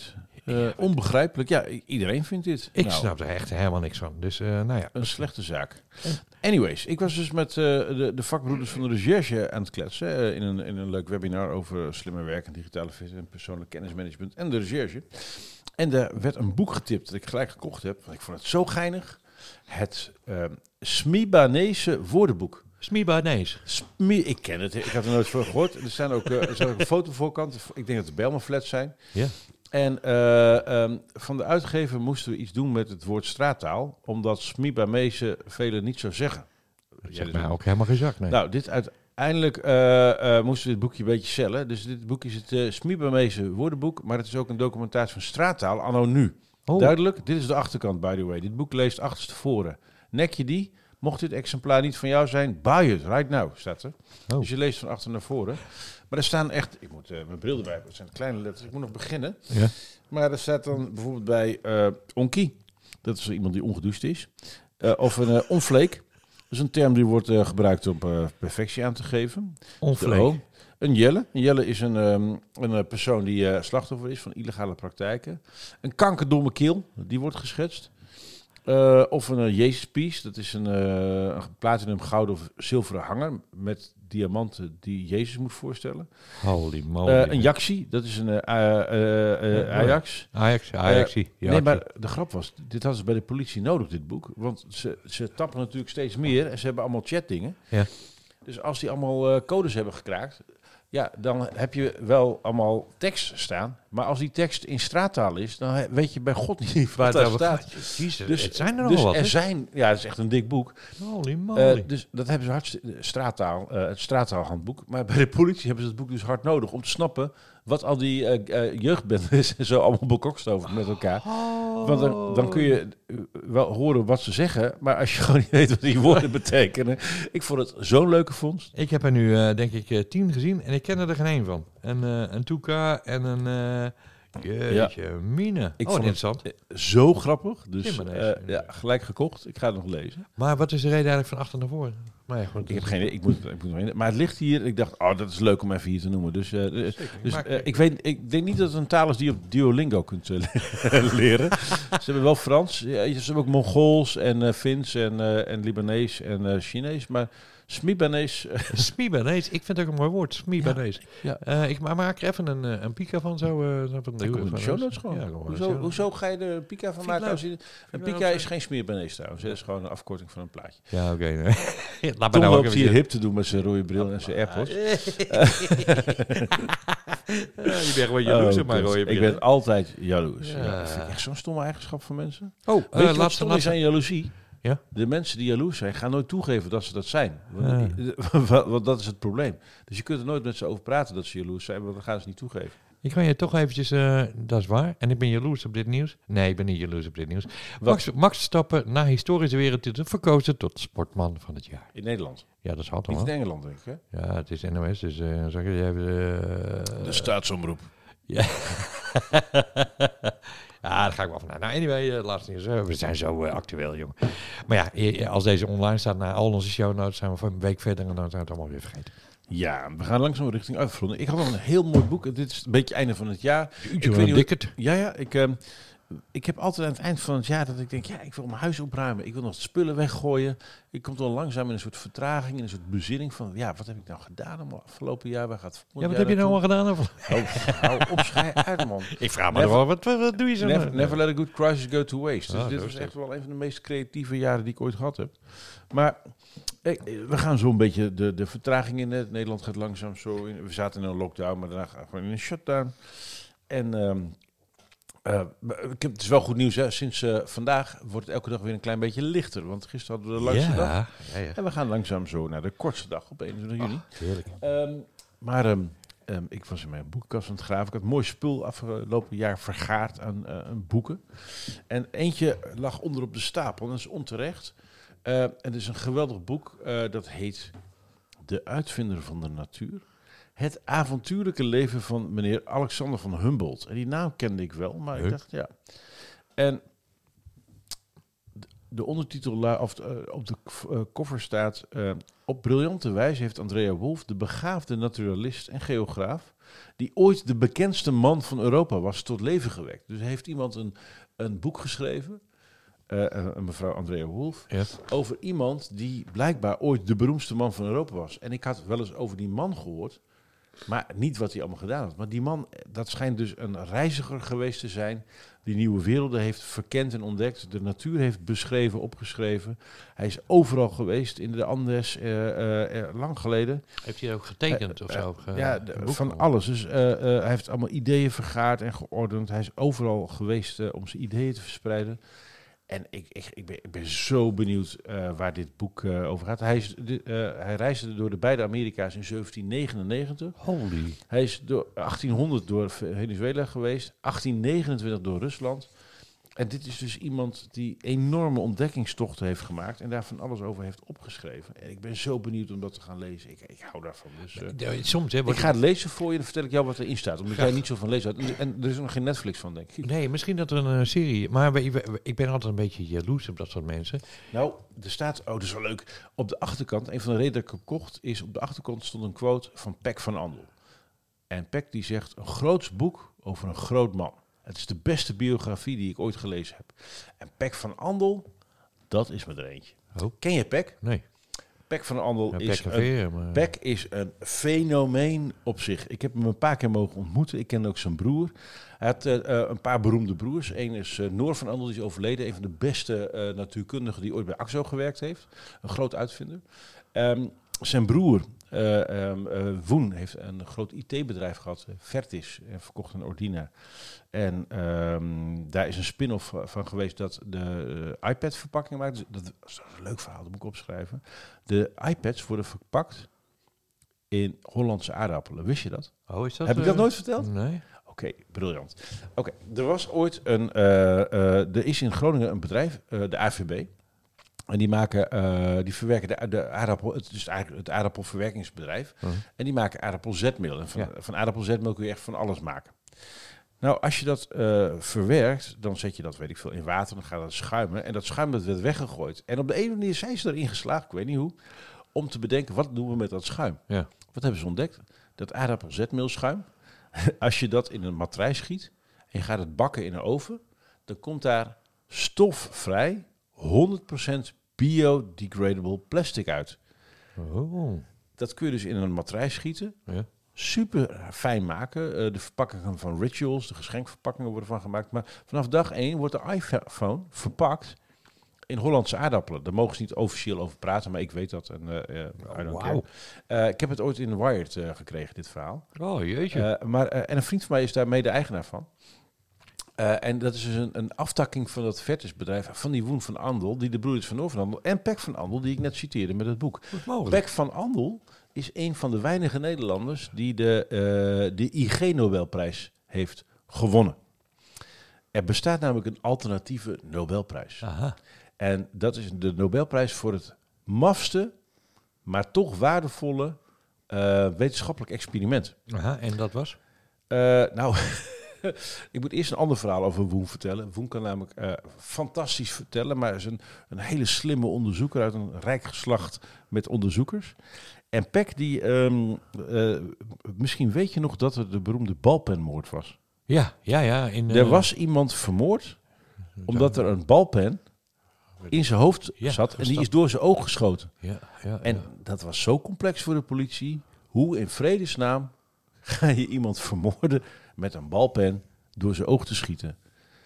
S1: Uh, onbegrijpelijk. Ja, i- iedereen vindt dit.
S2: Ik
S1: Nou,
S2: snap er echt helemaal niks van. Dus uh, nou ja.
S1: Een slechte zaak. Anyways, ik was dus met uh, de, de vakbroeders van de recherche aan het kletsen. Uh, in, een, in een leuk webinar over slimmer werken, digitale visie en persoonlijk kennismanagement en de recherche. En er werd een boek getipt dat ik gelijk gekocht heb. Want ik vond het zo geinig. Het uh, Smibanese woordenboek.
S2: Smibanese.
S1: Smie, ik ken het. Ik had er nooit voor gehoord. Er staan ook, uh, er staat ook een fotovoorkant. Ik denk dat het Bijlmer flats zijn.
S2: Ja.
S1: En uh, um, van de uitgever moesten we iets doen met het woord straattaal, omdat Smibanese velen niet zo zeggen.
S2: Dat zegt mij ook helemaal geen zak, nee.
S1: Nou, dit uiteindelijk uh, uh, moesten we dit boekje een beetje cellen. Dus dit boekje is het uh, Smibanese woordenboek, maar het is ook een documentatie van straattaal anno nu. Oh. Duidelijk, dit is de achterkant, by the way. Dit boek leest achterstevoren. Nek je die? Mocht dit exemplaar niet van jou zijn, buy it right now, staat er. Oh. Dus je leest van achter naar voren. Maar er staan echt, ik moet uh, mijn bril erbij hebben, dat zijn kleine letters, ik moet nog beginnen.
S2: Ja.
S1: Maar er staat dan bijvoorbeeld bij uh, onkie, dat is iemand die ongedoucht is. Uh, of een uh, onvleek, dat is een term die wordt uh, gebruikt om uh, perfectie aan te geven.
S2: Onvleek.
S1: Een jelle. Een jelle is een, um, een persoon die uh, slachtoffer is van illegale praktijken. Een kankerdomme keel, die wordt geschetst. Uh, of een uh, Jezus-piece, dat is een, uh, een platinum, gouden of zilveren hanger met diamanten die Jezus moet voorstellen.
S2: Holy moly.
S1: Uh, een Jaxi, dat is een uh, uh, uh, Ajax.
S2: Ajax, Ajaxie.
S1: Uh, nee, maar de grap was, dit hadden ze bij de politie nodig, dit boek. Want ze, ze tappen natuurlijk steeds meer en ze hebben allemaal chatdingen.
S2: Ja.
S1: Dus als die allemaal uh, codes hebben gekraakt, ja, dan heb je wel allemaal tekst staan. Maar als die tekst in straattaal is, dan weet je bij God niet waar daar staat.
S2: Jezus,
S1: dus
S2: het zijn er
S1: dus
S2: nog wat.
S1: Er
S2: hè?
S1: zijn, ja, het is echt een dik boek.
S2: Holy moly.
S1: Uh, dus dat hebben ze hartstikke, straattaal, uh, het straattaalhandboek. Maar bij de politie hebben ze het boek dus hard nodig om te snappen wat al die uh, uh, jeugdbendes zo allemaal bekokstoven met elkaar.
S2: Oh.
S1: Want dan, dan kun je wel horen wat ze zeggen, maar als je gewoon niet weet wat die woorden betekenen. Ik vond het zo'n leuke vondst.
S2: Ik heb er nu uh, denk ik uh, tien gezien en ik ken er geen één van. Een, uh, een Tuka en een uh, jeetje, ja. Mine.
S1: Ik
S2: oh,
S1: vond
S2: interessant.
S1: Het zo grappig, dus
S2: ja,
S1: uh, ja, gelijk gekocht. Ik ga het nog lezen.
S2: Maar wat is de reden eigenlijk van achter naar voren? Maar, ja, goed,
S1: ik heb geen, ik moet, ik moet, maar het ligt hier. Ik dacht, oh, dat is leuk om even hier te noemen. Dus, uh, dus uh, ik weet, ik denk niet dat het een taal is die je op Duolingo kunt uh, leren. Ze hebben wel Frans, ja, ze hebben ook Mongools en uh, Fins en, uh, en Libanees en uh, Chinees, maar Smibanees.
S2: Smibanees, ik vind het ook een mooi woord. Smibanees.
S1: Ja.
S2: Ja. Uh, ik maak er even een, een pika van zo. Uh, zo van
S1: de in de show notes gewoon. Ja, hoezo, hoezo ga je er pika van maken? Als je, een pika is geen Smibanees trouwens. Dat is gewoon een afkorting van een plaatje.
S2: Ja, oké. Okay, nee.
S1: Laat Tom nou loopt hier hip te doen met zijn rode bril en zijn AirPods.
S2: Ja, je bent gewoon jaloers, oh, maar rode bril.
S1: Ik ben altijd jaloers. Ja. Ja, dat vind ik echt zo'n stomme eigenschap van mensen.
S2: Oh,
S1: weet uh, je wat stom is aan jaloezie?
S2: Ja?
S1: De mensen die jaloers zijn, gaan nooit toegeven dat ze dat zijn. Want, ja. want dat is het probleem. Dus je kunt er nooit met ze over praten dat ze jaloers zijn, want dan gaan ze niet toegeven.
S2: Ik kan je toch eventjes, uh, dat is waar, en ik ben jaloers op dit nieuws. Nee, ik ben niet jaloers op dit nieuws. Max, Max Verstappen, na historische wereldtitel, verkozen tot sportman van het jaar.
S1: In Nederland?
S2: Ja, dat is hard,
S1: niet in Engeland, denk ik, hè?
S2: Ja, het is N O S, dus uh, zeg je, uh,
S1: de staatsomroep.
S2: Ja. Ja, daar ga ik wel vanuit. Nou, anyway, uh, laatste nieuws. Uh, we zijn zo uh, actueel, jongen. Maar ja, als deze online staat naar al onze show notes, zijn we van een week verder en dan zijn we het allemaal weer vergeten.
S1: Ja, we gaan langzaam richting uitverronden. Ik had nog een heel mooi boek. Dit is een beetje einde van het jaar.
S2: Ik weet niet hoe...
S1: Ja, ja. Ik, uh, ik heb altijd aan het eind van het jaar dat ik denk, ja, ik wil mijn huis opruimen. Ik wil nog de spullen weggooien. Ik kom dan langzaam in een soort vertraging, in een soort bezinning van, ja, wat heb ik nou gedaan om afgelopen jaar? Waar gaat
S2: ja, wat heb je nou al gedaan? Of?
S1: Oh, hou op, schij uit, man.
S2: Ik vraag me wel, wat, wat, wat doe je zo?
S1: Never, never let a good crisis go to waste. Dus ah, dit was echt wel een van de meest creatieve jaren die ik ooit gehad heb. Maar eh, we gaan zo een beetje de, de vertraging in. Het. Nederland gaat langzaam zo in. We zaten in een lockdown, maar daarna gaan we gewoon in een shutdown. En um, uh, ik heb, het is wel goed nieuws, hè. Sinds uh, vandaag wordt het elke dag weer een klein beetje lichter. Want gisteren hadden we de langste
S2: ja,
S1: dag.
S2: Ja, ja.
S1: En we gaan langzaam zo naar de kortste dag op eenentwintig juni.
S2: Ach, heerlijk.
S1: Um, maar um, um, ik was in mijn boekenkast aan het graven. Ik had mooi spul afgelopen jaar vergaard aan, uh, aan boeken. En eentje lag onder op de stapel. Dat is onterecht. Uh, en het is een geweldig boek. Uh, dat heet De Uitvinder van de Natuur. Het avontuurlijke leven van meneer Alexander van Humboldt. En die naam kende ik wel, maar huh? ik dacht, ja. En de ondertitel la- of, uh, op de uh, cover staat... Uh, op briljante wijze heeft Andrea Wolf, de begaafde naturalist en geograaf... die ooit de bekendste man van Europa was, tot leven gewekt. Dus heeft iemand een, een boek geschreven... Uh, een mevrouw Andrea Wolf,
S2: Ja.
S1: over iemand die blijkbaar ooit de beroemdste man van Europa was. En ik had wel eens over die man gehoord, maar niet wat hij allemaal gedaan had. Maar die man, dat schijnt dus een reiziger geweest te zijn, die nieuwe werelden heeft verkend en ontdekt, de natuur heeft beschreven, opgeschreven. Hij is overal geweest in de Andes, uh, uh, uh, lang geleden.
S2: Heeft hij ook getekend of
S1: Uh,
S2: zo? Ge-
S1: ja, de-
S2: een boek
S1: van
S2: of-
S1: alles. Dus uh, uh, hij heeft allemaal ideeën vergaard en geordend. Hij is overal geweest uh, om zijn ideeën te verspreiden. En ik, ik, ik, ben, ik ben zo benieuwd uh, waar dit boek uh, over gaat. Hij, is, de, uh, hij reisde door de beide Amerika's in zeventien negenennegentig.
S2: Holy.
S1: Hij is door achttienhonderd door Venezuela geweest, achttien negenentwintig door Rusland. En dit is dus iemand die enorme ontdekkingstochten heeft gemaakt en daar van alles over heeft opgeschreven. En ik ben zo benieuwd om dat te gaan lezen. Ik, ik hou daarvan. Dus, uh,
S2: Ja, soms, hè,
S1: ik
S2: wordt
S1: ga het lezen voor je, dan vertel ik jou wat erin staat. Omdat
S2: Graag.
S1: jij niet zo van lezen had. En, en er is nog geen Netflix van, denk ik.
S2: Nee, misschien dat er een uh, serie... Maar we- we- ik ben altijd een beetje jaloers op dat soort mensen.
S1: Nou, er staat, oh dat is wel leuk. Op de achterkant, een van de redenen dat ik hem kocht, is op de achterkant stond een quote van Pek van Andel. En Pek die zegt, een groots boek over een groot man. Het is de beste biografie die ik ooit gelezen heb. En Pek van Andel, dat is me er eentje.
S2: Oh.
S1: Ken je Pek?
S2: Nee.
S1: Pek van Andel
S2: Ja,
S1: is
S2: Pek
S1: een,
S2: weer, maar...
S1: Pek is een fenomeen op zich. Ik heb hem een paar keer mogen ontmoeten. Ik ken ook zijn broer. Hij had uh, uh, een paar beroemde broers. Eén is uh, Noor van Andel, die is overleden. Een van de beste uh, natuurkundigen die ooit bij AXO gewerkt heeft. Een groot uitvinder. Um, zijn broer, uh, um, uh, Woen, heeft een groot I T-bedrijf gehad. Uh, Vertis, en verkocht een Ordina. En um, daar is een spin-off van geweest dat de uh, iPad-verpakking maakt. Dus dat is een leuk verhaal, dat moet ik opschrijven. De iPads worden verpakt in Hollandse aardappelen. Wist je dat?
S2: Oh, is dat...
S1: Heb ik
S2: uh,
S1: dat nooit verteld?
S2: Nee.
S1: Oké, okay, briljant. Oké, okay, er was ooit een... Uh, uh, er is in Groningen een bedrijf, uh, de A V B. En die maken, uh, die verwerken de, de aardappel... Het is eigenlijk het aardappelverwerkingsbedrijf.
S2: Uh-huh.
S1: En die maken aardappelzetmeel. En van,
S2: Ja.
S1: van aardappelzetmeel kun je echt van alles maken. Nou, als je dat uh, verwerkt, dan zet je dat, weet ik veel, in water. Dan gaat het schuimen. En dat schuim dat werd weggegooid. En op de ene manier zijn ze erin geslaagd, ik weet niet hoe, om te bedenken, wat doen we met dat schuim?
S2: Ja.
S1: Wat hebben ze ontdekt? Dat aardappelzetmeelschuim, als je dat in een matrijs giet en je gaat het bakken in een oven, dan komt daar stofvrij honderd procent biodegradable plastic uit.
S2: Oh.
S1: Dat kun je dus in een matrijs schieten.
S2: Ja.
S1: Super fijn maken. Uh, de verpakkingen van Rituals, de geschenkverpakkingen worden van gemaakt. Maar vanaf dag één wordt de iPhone verpakt in Hollandse aardappelen. Daar mogen ze niet officieel over praten, maar ik weet dat. En, uh, uh, I don't
S2: Wauw.
S1: care. Uh, ik heb het ooit in Wired uh, gekregen, dit verhaal.
S2: Oh, jeetje.
S1: Uh, maar, uh, en een vriend van mij is daar mede eigenaar van. Uh, en dat is dus een, een aftakking van dat Vertis-bedrijf, van die Woen van Andel, die de broer is van Noor van Andel, en Pek van Andel, die ik net citeerde met het boek.
S2: Goed mogelijk.
S1: Pek van Andel is een van de weinige Nederlanders die de, uh, de I G-Nobelprijs heeft gewonnen. Er bestaat namelijk een alternatieve Nobelprijs.
S2: Aha.
S1: En dat is de Nobelprijs voor het mafste, maar toch waardevolle uh, wetenschappelijk experiment.
S2: Aha, en dat was?
S1: Uh, nou, ik moet eerst een ander verhaal over Woen vertellen. Woen kan namelijk uh, fantastisch vertellen, maar is een, een hele slimme onderzoeker uit een rijk geslacht met onderzoekers. En Pek, die, um, uh, misschien weet je nog dat er de beroemde balpenmoord was.
S2: Ja, ja, ja. In,
S1: Er
S2: uh,
S1: was iemand vermoord omdat er een balpen in zijn hoofd
S2: Ja,
S1: zat en die
S2: gestapt.
S1: is door zijn oog geschoten.
S2: Ja, ja,
S1: En
S2: ja.
S1: dat was zo complex voor de politie. Hoe in vredesnaam ga je iemand vermoorden met een balpen door zijn oog te schieten?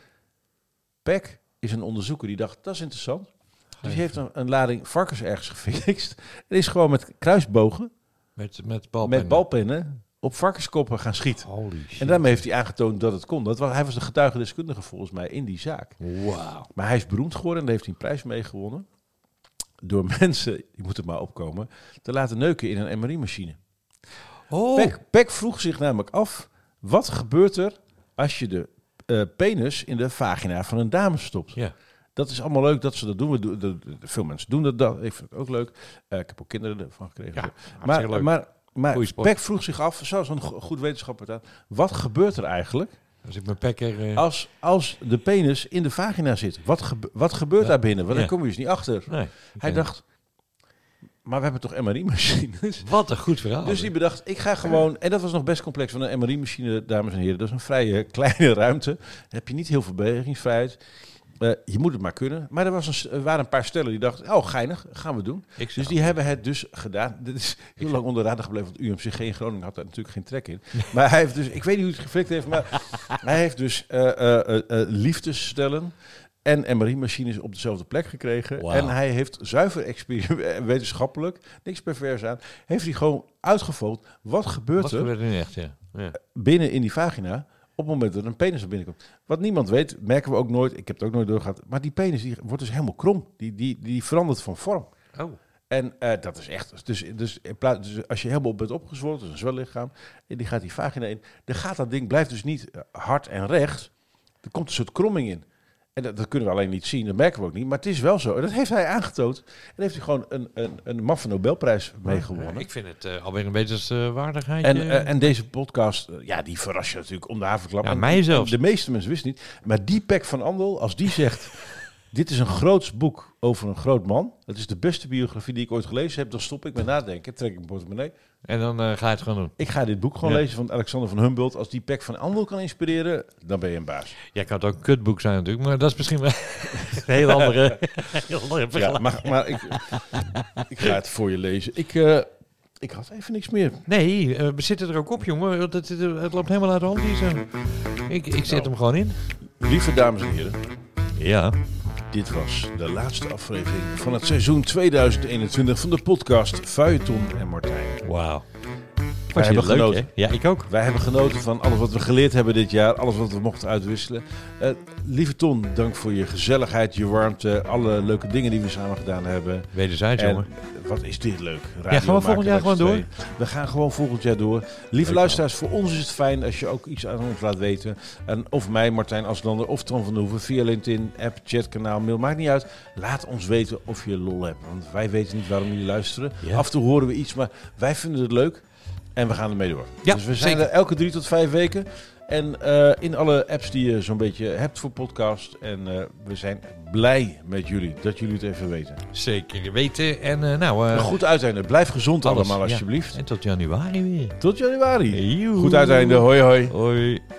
S1: Peck is een onderzoeker die dacht, dat is interessant. Dus hij heeft een, een lading varkens ergens gefixt. En is gewoon met kruisbogen,
S2: Met, met balpennen.
S1: met balpennen, op varkenskoppen gaan schieten.
S2: Holy shit.
S1: En daarmee heeft hij aangetoond dat het kon. Dat was, hij was de getuigendeskundige volgens mij in die zaak.
S2: Wauw.
S1: Maar hij is beroemd geworden en daar heeft hij een prijs mee gewonnen. Door mensen, die moeten maar opkomen, te laten neuken in een M R I-machine.
S2: Oh.
S1: Peck, Peck vroeg zich namelijk af, wat gebeurt er als je de uh, penis in de vagina van een dame stopt?
S2: Ja.
S1: Dat is allemaal leuk dat ze dat doen. We doen de, de, de, veel mensen doen dat. dat. Ik vind het ook leuk. Uh, ik heb ook kinderen ervan gekregen.
S2: Ja,
S1: maar
S2: hartstikke leuk.
S1: maar, maar
S2: Goeie sport.
S1: Peck vroeg zich af, zoals een go- goed wetenschapper dat, wat gebeurt er eigenlijk
S2: Als ik mijn pekker... Uh...
S1: Als, als de penis in de vagina zit, wat, gebe- wat gebeurt
S2: Ja.
S1: daar binnen? Want
S2: Ja.
S1: daar kom je dus niet achter.
S2: Nee.
S1: Hij
S2: Ja.
S1: dacht, maar we hebben toch M R I-machines?
S2: Wat een goed verhaal.
S1: Dus die bedacht, ik ga gewoon... En dat was nog best complex, van een M R I-machine, dames en heren. Dat is een vrij uh, kleine ruimte. Dan heb je niet heel veel bewegingsvrijheid. Uh, je moet het maar kunnen. Maar er, was een, er waren een paar stellen die dachten, oh geinig, gaan we doen.
S2: Ik
S1: Dus die hebben het dus gedaan. Dit is heel lang onder de radar gebleven, want U M C G in Groningen had daar natuurlijk geen trek in. Maar hij heeft dus, ik weet niet hoe hij het geflikt heeft, maar hij heeft dus uh, uh, uh, uh, liefdesstellen en M R I-machines op dezelfde plek gekregen.
S2: Wow.
S1: En hij heeft zuiver exper- wetenschappelijk, niks pervers aan, heeft hij gewoon uitgevoeld, wat gebeurt
S2: Wat
S1: er
S2: gebeurt er nu echt, ja. ja.
S1: binnen in die vagina op het moment dat er een penis er binnenkomt. Wat niemand weet, merken we ook nooit, ik heb het ook nooit doorgehad, maar die penis die wordt dus helemaal krom. Die, die, die verandert van vorm.
S2: Oh.
S1: En uh, dat is echt, dus, dus, in plaats, dus als je helemaal bent opgezwollen, dus een zwellichaam, en die gaat die vagina in, dan gaat dat ding, blijft dus niet hard en recht. Er komt een soort kromming in. En dat, dat kunnen we alleen niet zien, dat merken we ook niet, maar het is wel zo. En dat heeft hij aangetoond. En heeft hij gewoon een, een, een maffe Nobelprijs mee gewonnen.
S2: Ja, ik vind het uh, alweer een wetenswaardigheid.
S1: En, uh, en deze podcast, uh, ja, die verras je natuurlijk om de haverklap.
S2: Ja,
S1: En-
S2: mij zelfs.
S1: en de meeste mensen wisten niet. Maar die Pek van Andel, als die zegt... dit is een groots boek over een groot man. Het is de beste biografie die ik ooit gelezen heb. Dan stop ik met nadenken, trek ik mijn portemonnee.
S2: En dan uh, ga je het gewoon doen.
S1: Ik ga dit boek gewoon
S2: Ja.
S1: lezen van Alexander van Humboldt. Als die Pek van Andel kan inspireren, dan ben je een baas.
S2: Ja, kan het ook een kutboek zijn natuurlijk, maar dat is misschien wel een heel andere, heel andere
S1: Ja,
S2: vergelijking.
S1: maar, maar ik, ik ga het voor je lezen. Ik, uh, ik had even niks meer.
S2: Nee, uh, we zitten er ook op, jongen. Het, het, het loopt helemaal uit de hand. Hier zo. Ik, ik zet
S1: Nou.
S2: hem gewoon in.
S1: Lieve dames en heren.
S2: Ja.
S1: Dit was de laatste aflevering van het seizoen tweeduizend eenentwintig van de podcast Feuilleton en Martijn.
S2: Wauw.
S1: Wij hebben
S2: leuk,
S1: genoten.
S2: hè? Ja, ik ook.
S1: Wij hebben genoten van alles wat we geleerd hebben dit jaar, alles wat we mochten uitwisselen. Uh, lieve Ton, dank voor je gezelligheid, je warmte, alle leuke dingen die we samen gedaan hebben.
S2: Wederzijds,
S1: En
S2: jongen.
S1: wat is dit leuk. Radio
S2: Ja, gaan we
S1: maken
S2: volgend jaar
S1: met
S2: gewoon
S1: z'n
S2: door?
S1: tweeën. We gaan gewoon volgend jaar door. Lieve
S2: Leuk,
S1: luisteraars, voor ons is het fijn als je ook iets aan ons laat weten. En of mij, Martijn Aslander of Ton van der Hoeven via LinkedIn, app, chat, kanaal, mail, maakt niet uit. Laat ons weten of je lol hebt. Want wij weten niet waarom jullie luisteren.
S2: Ja.
S1: Af en toe horen we iets, maar wij vinden het leuk. En we gaan ermee door.
S2: Ja,
S1: dus we zijn
S2: zeker.
S1: er elke drie tot vijf weken. En uh, in alle apps die je zo'n beetje hebt voor podcast. En uh, we zijn blij met jullie, dat jullie het even weten.
S2: Zeker weten. En uh, nou... Uh,
S1: Een goed uiteinde. Blijf gezond
S2: alles,
S1: allemaal
S2: ja.
S1: alsjeblieft.
S2: En tot januari weer.
S1: Tot januari.
S2: Joehoe.
S1: Goed uiteinde. Hoi hoi.
S2: Hoi.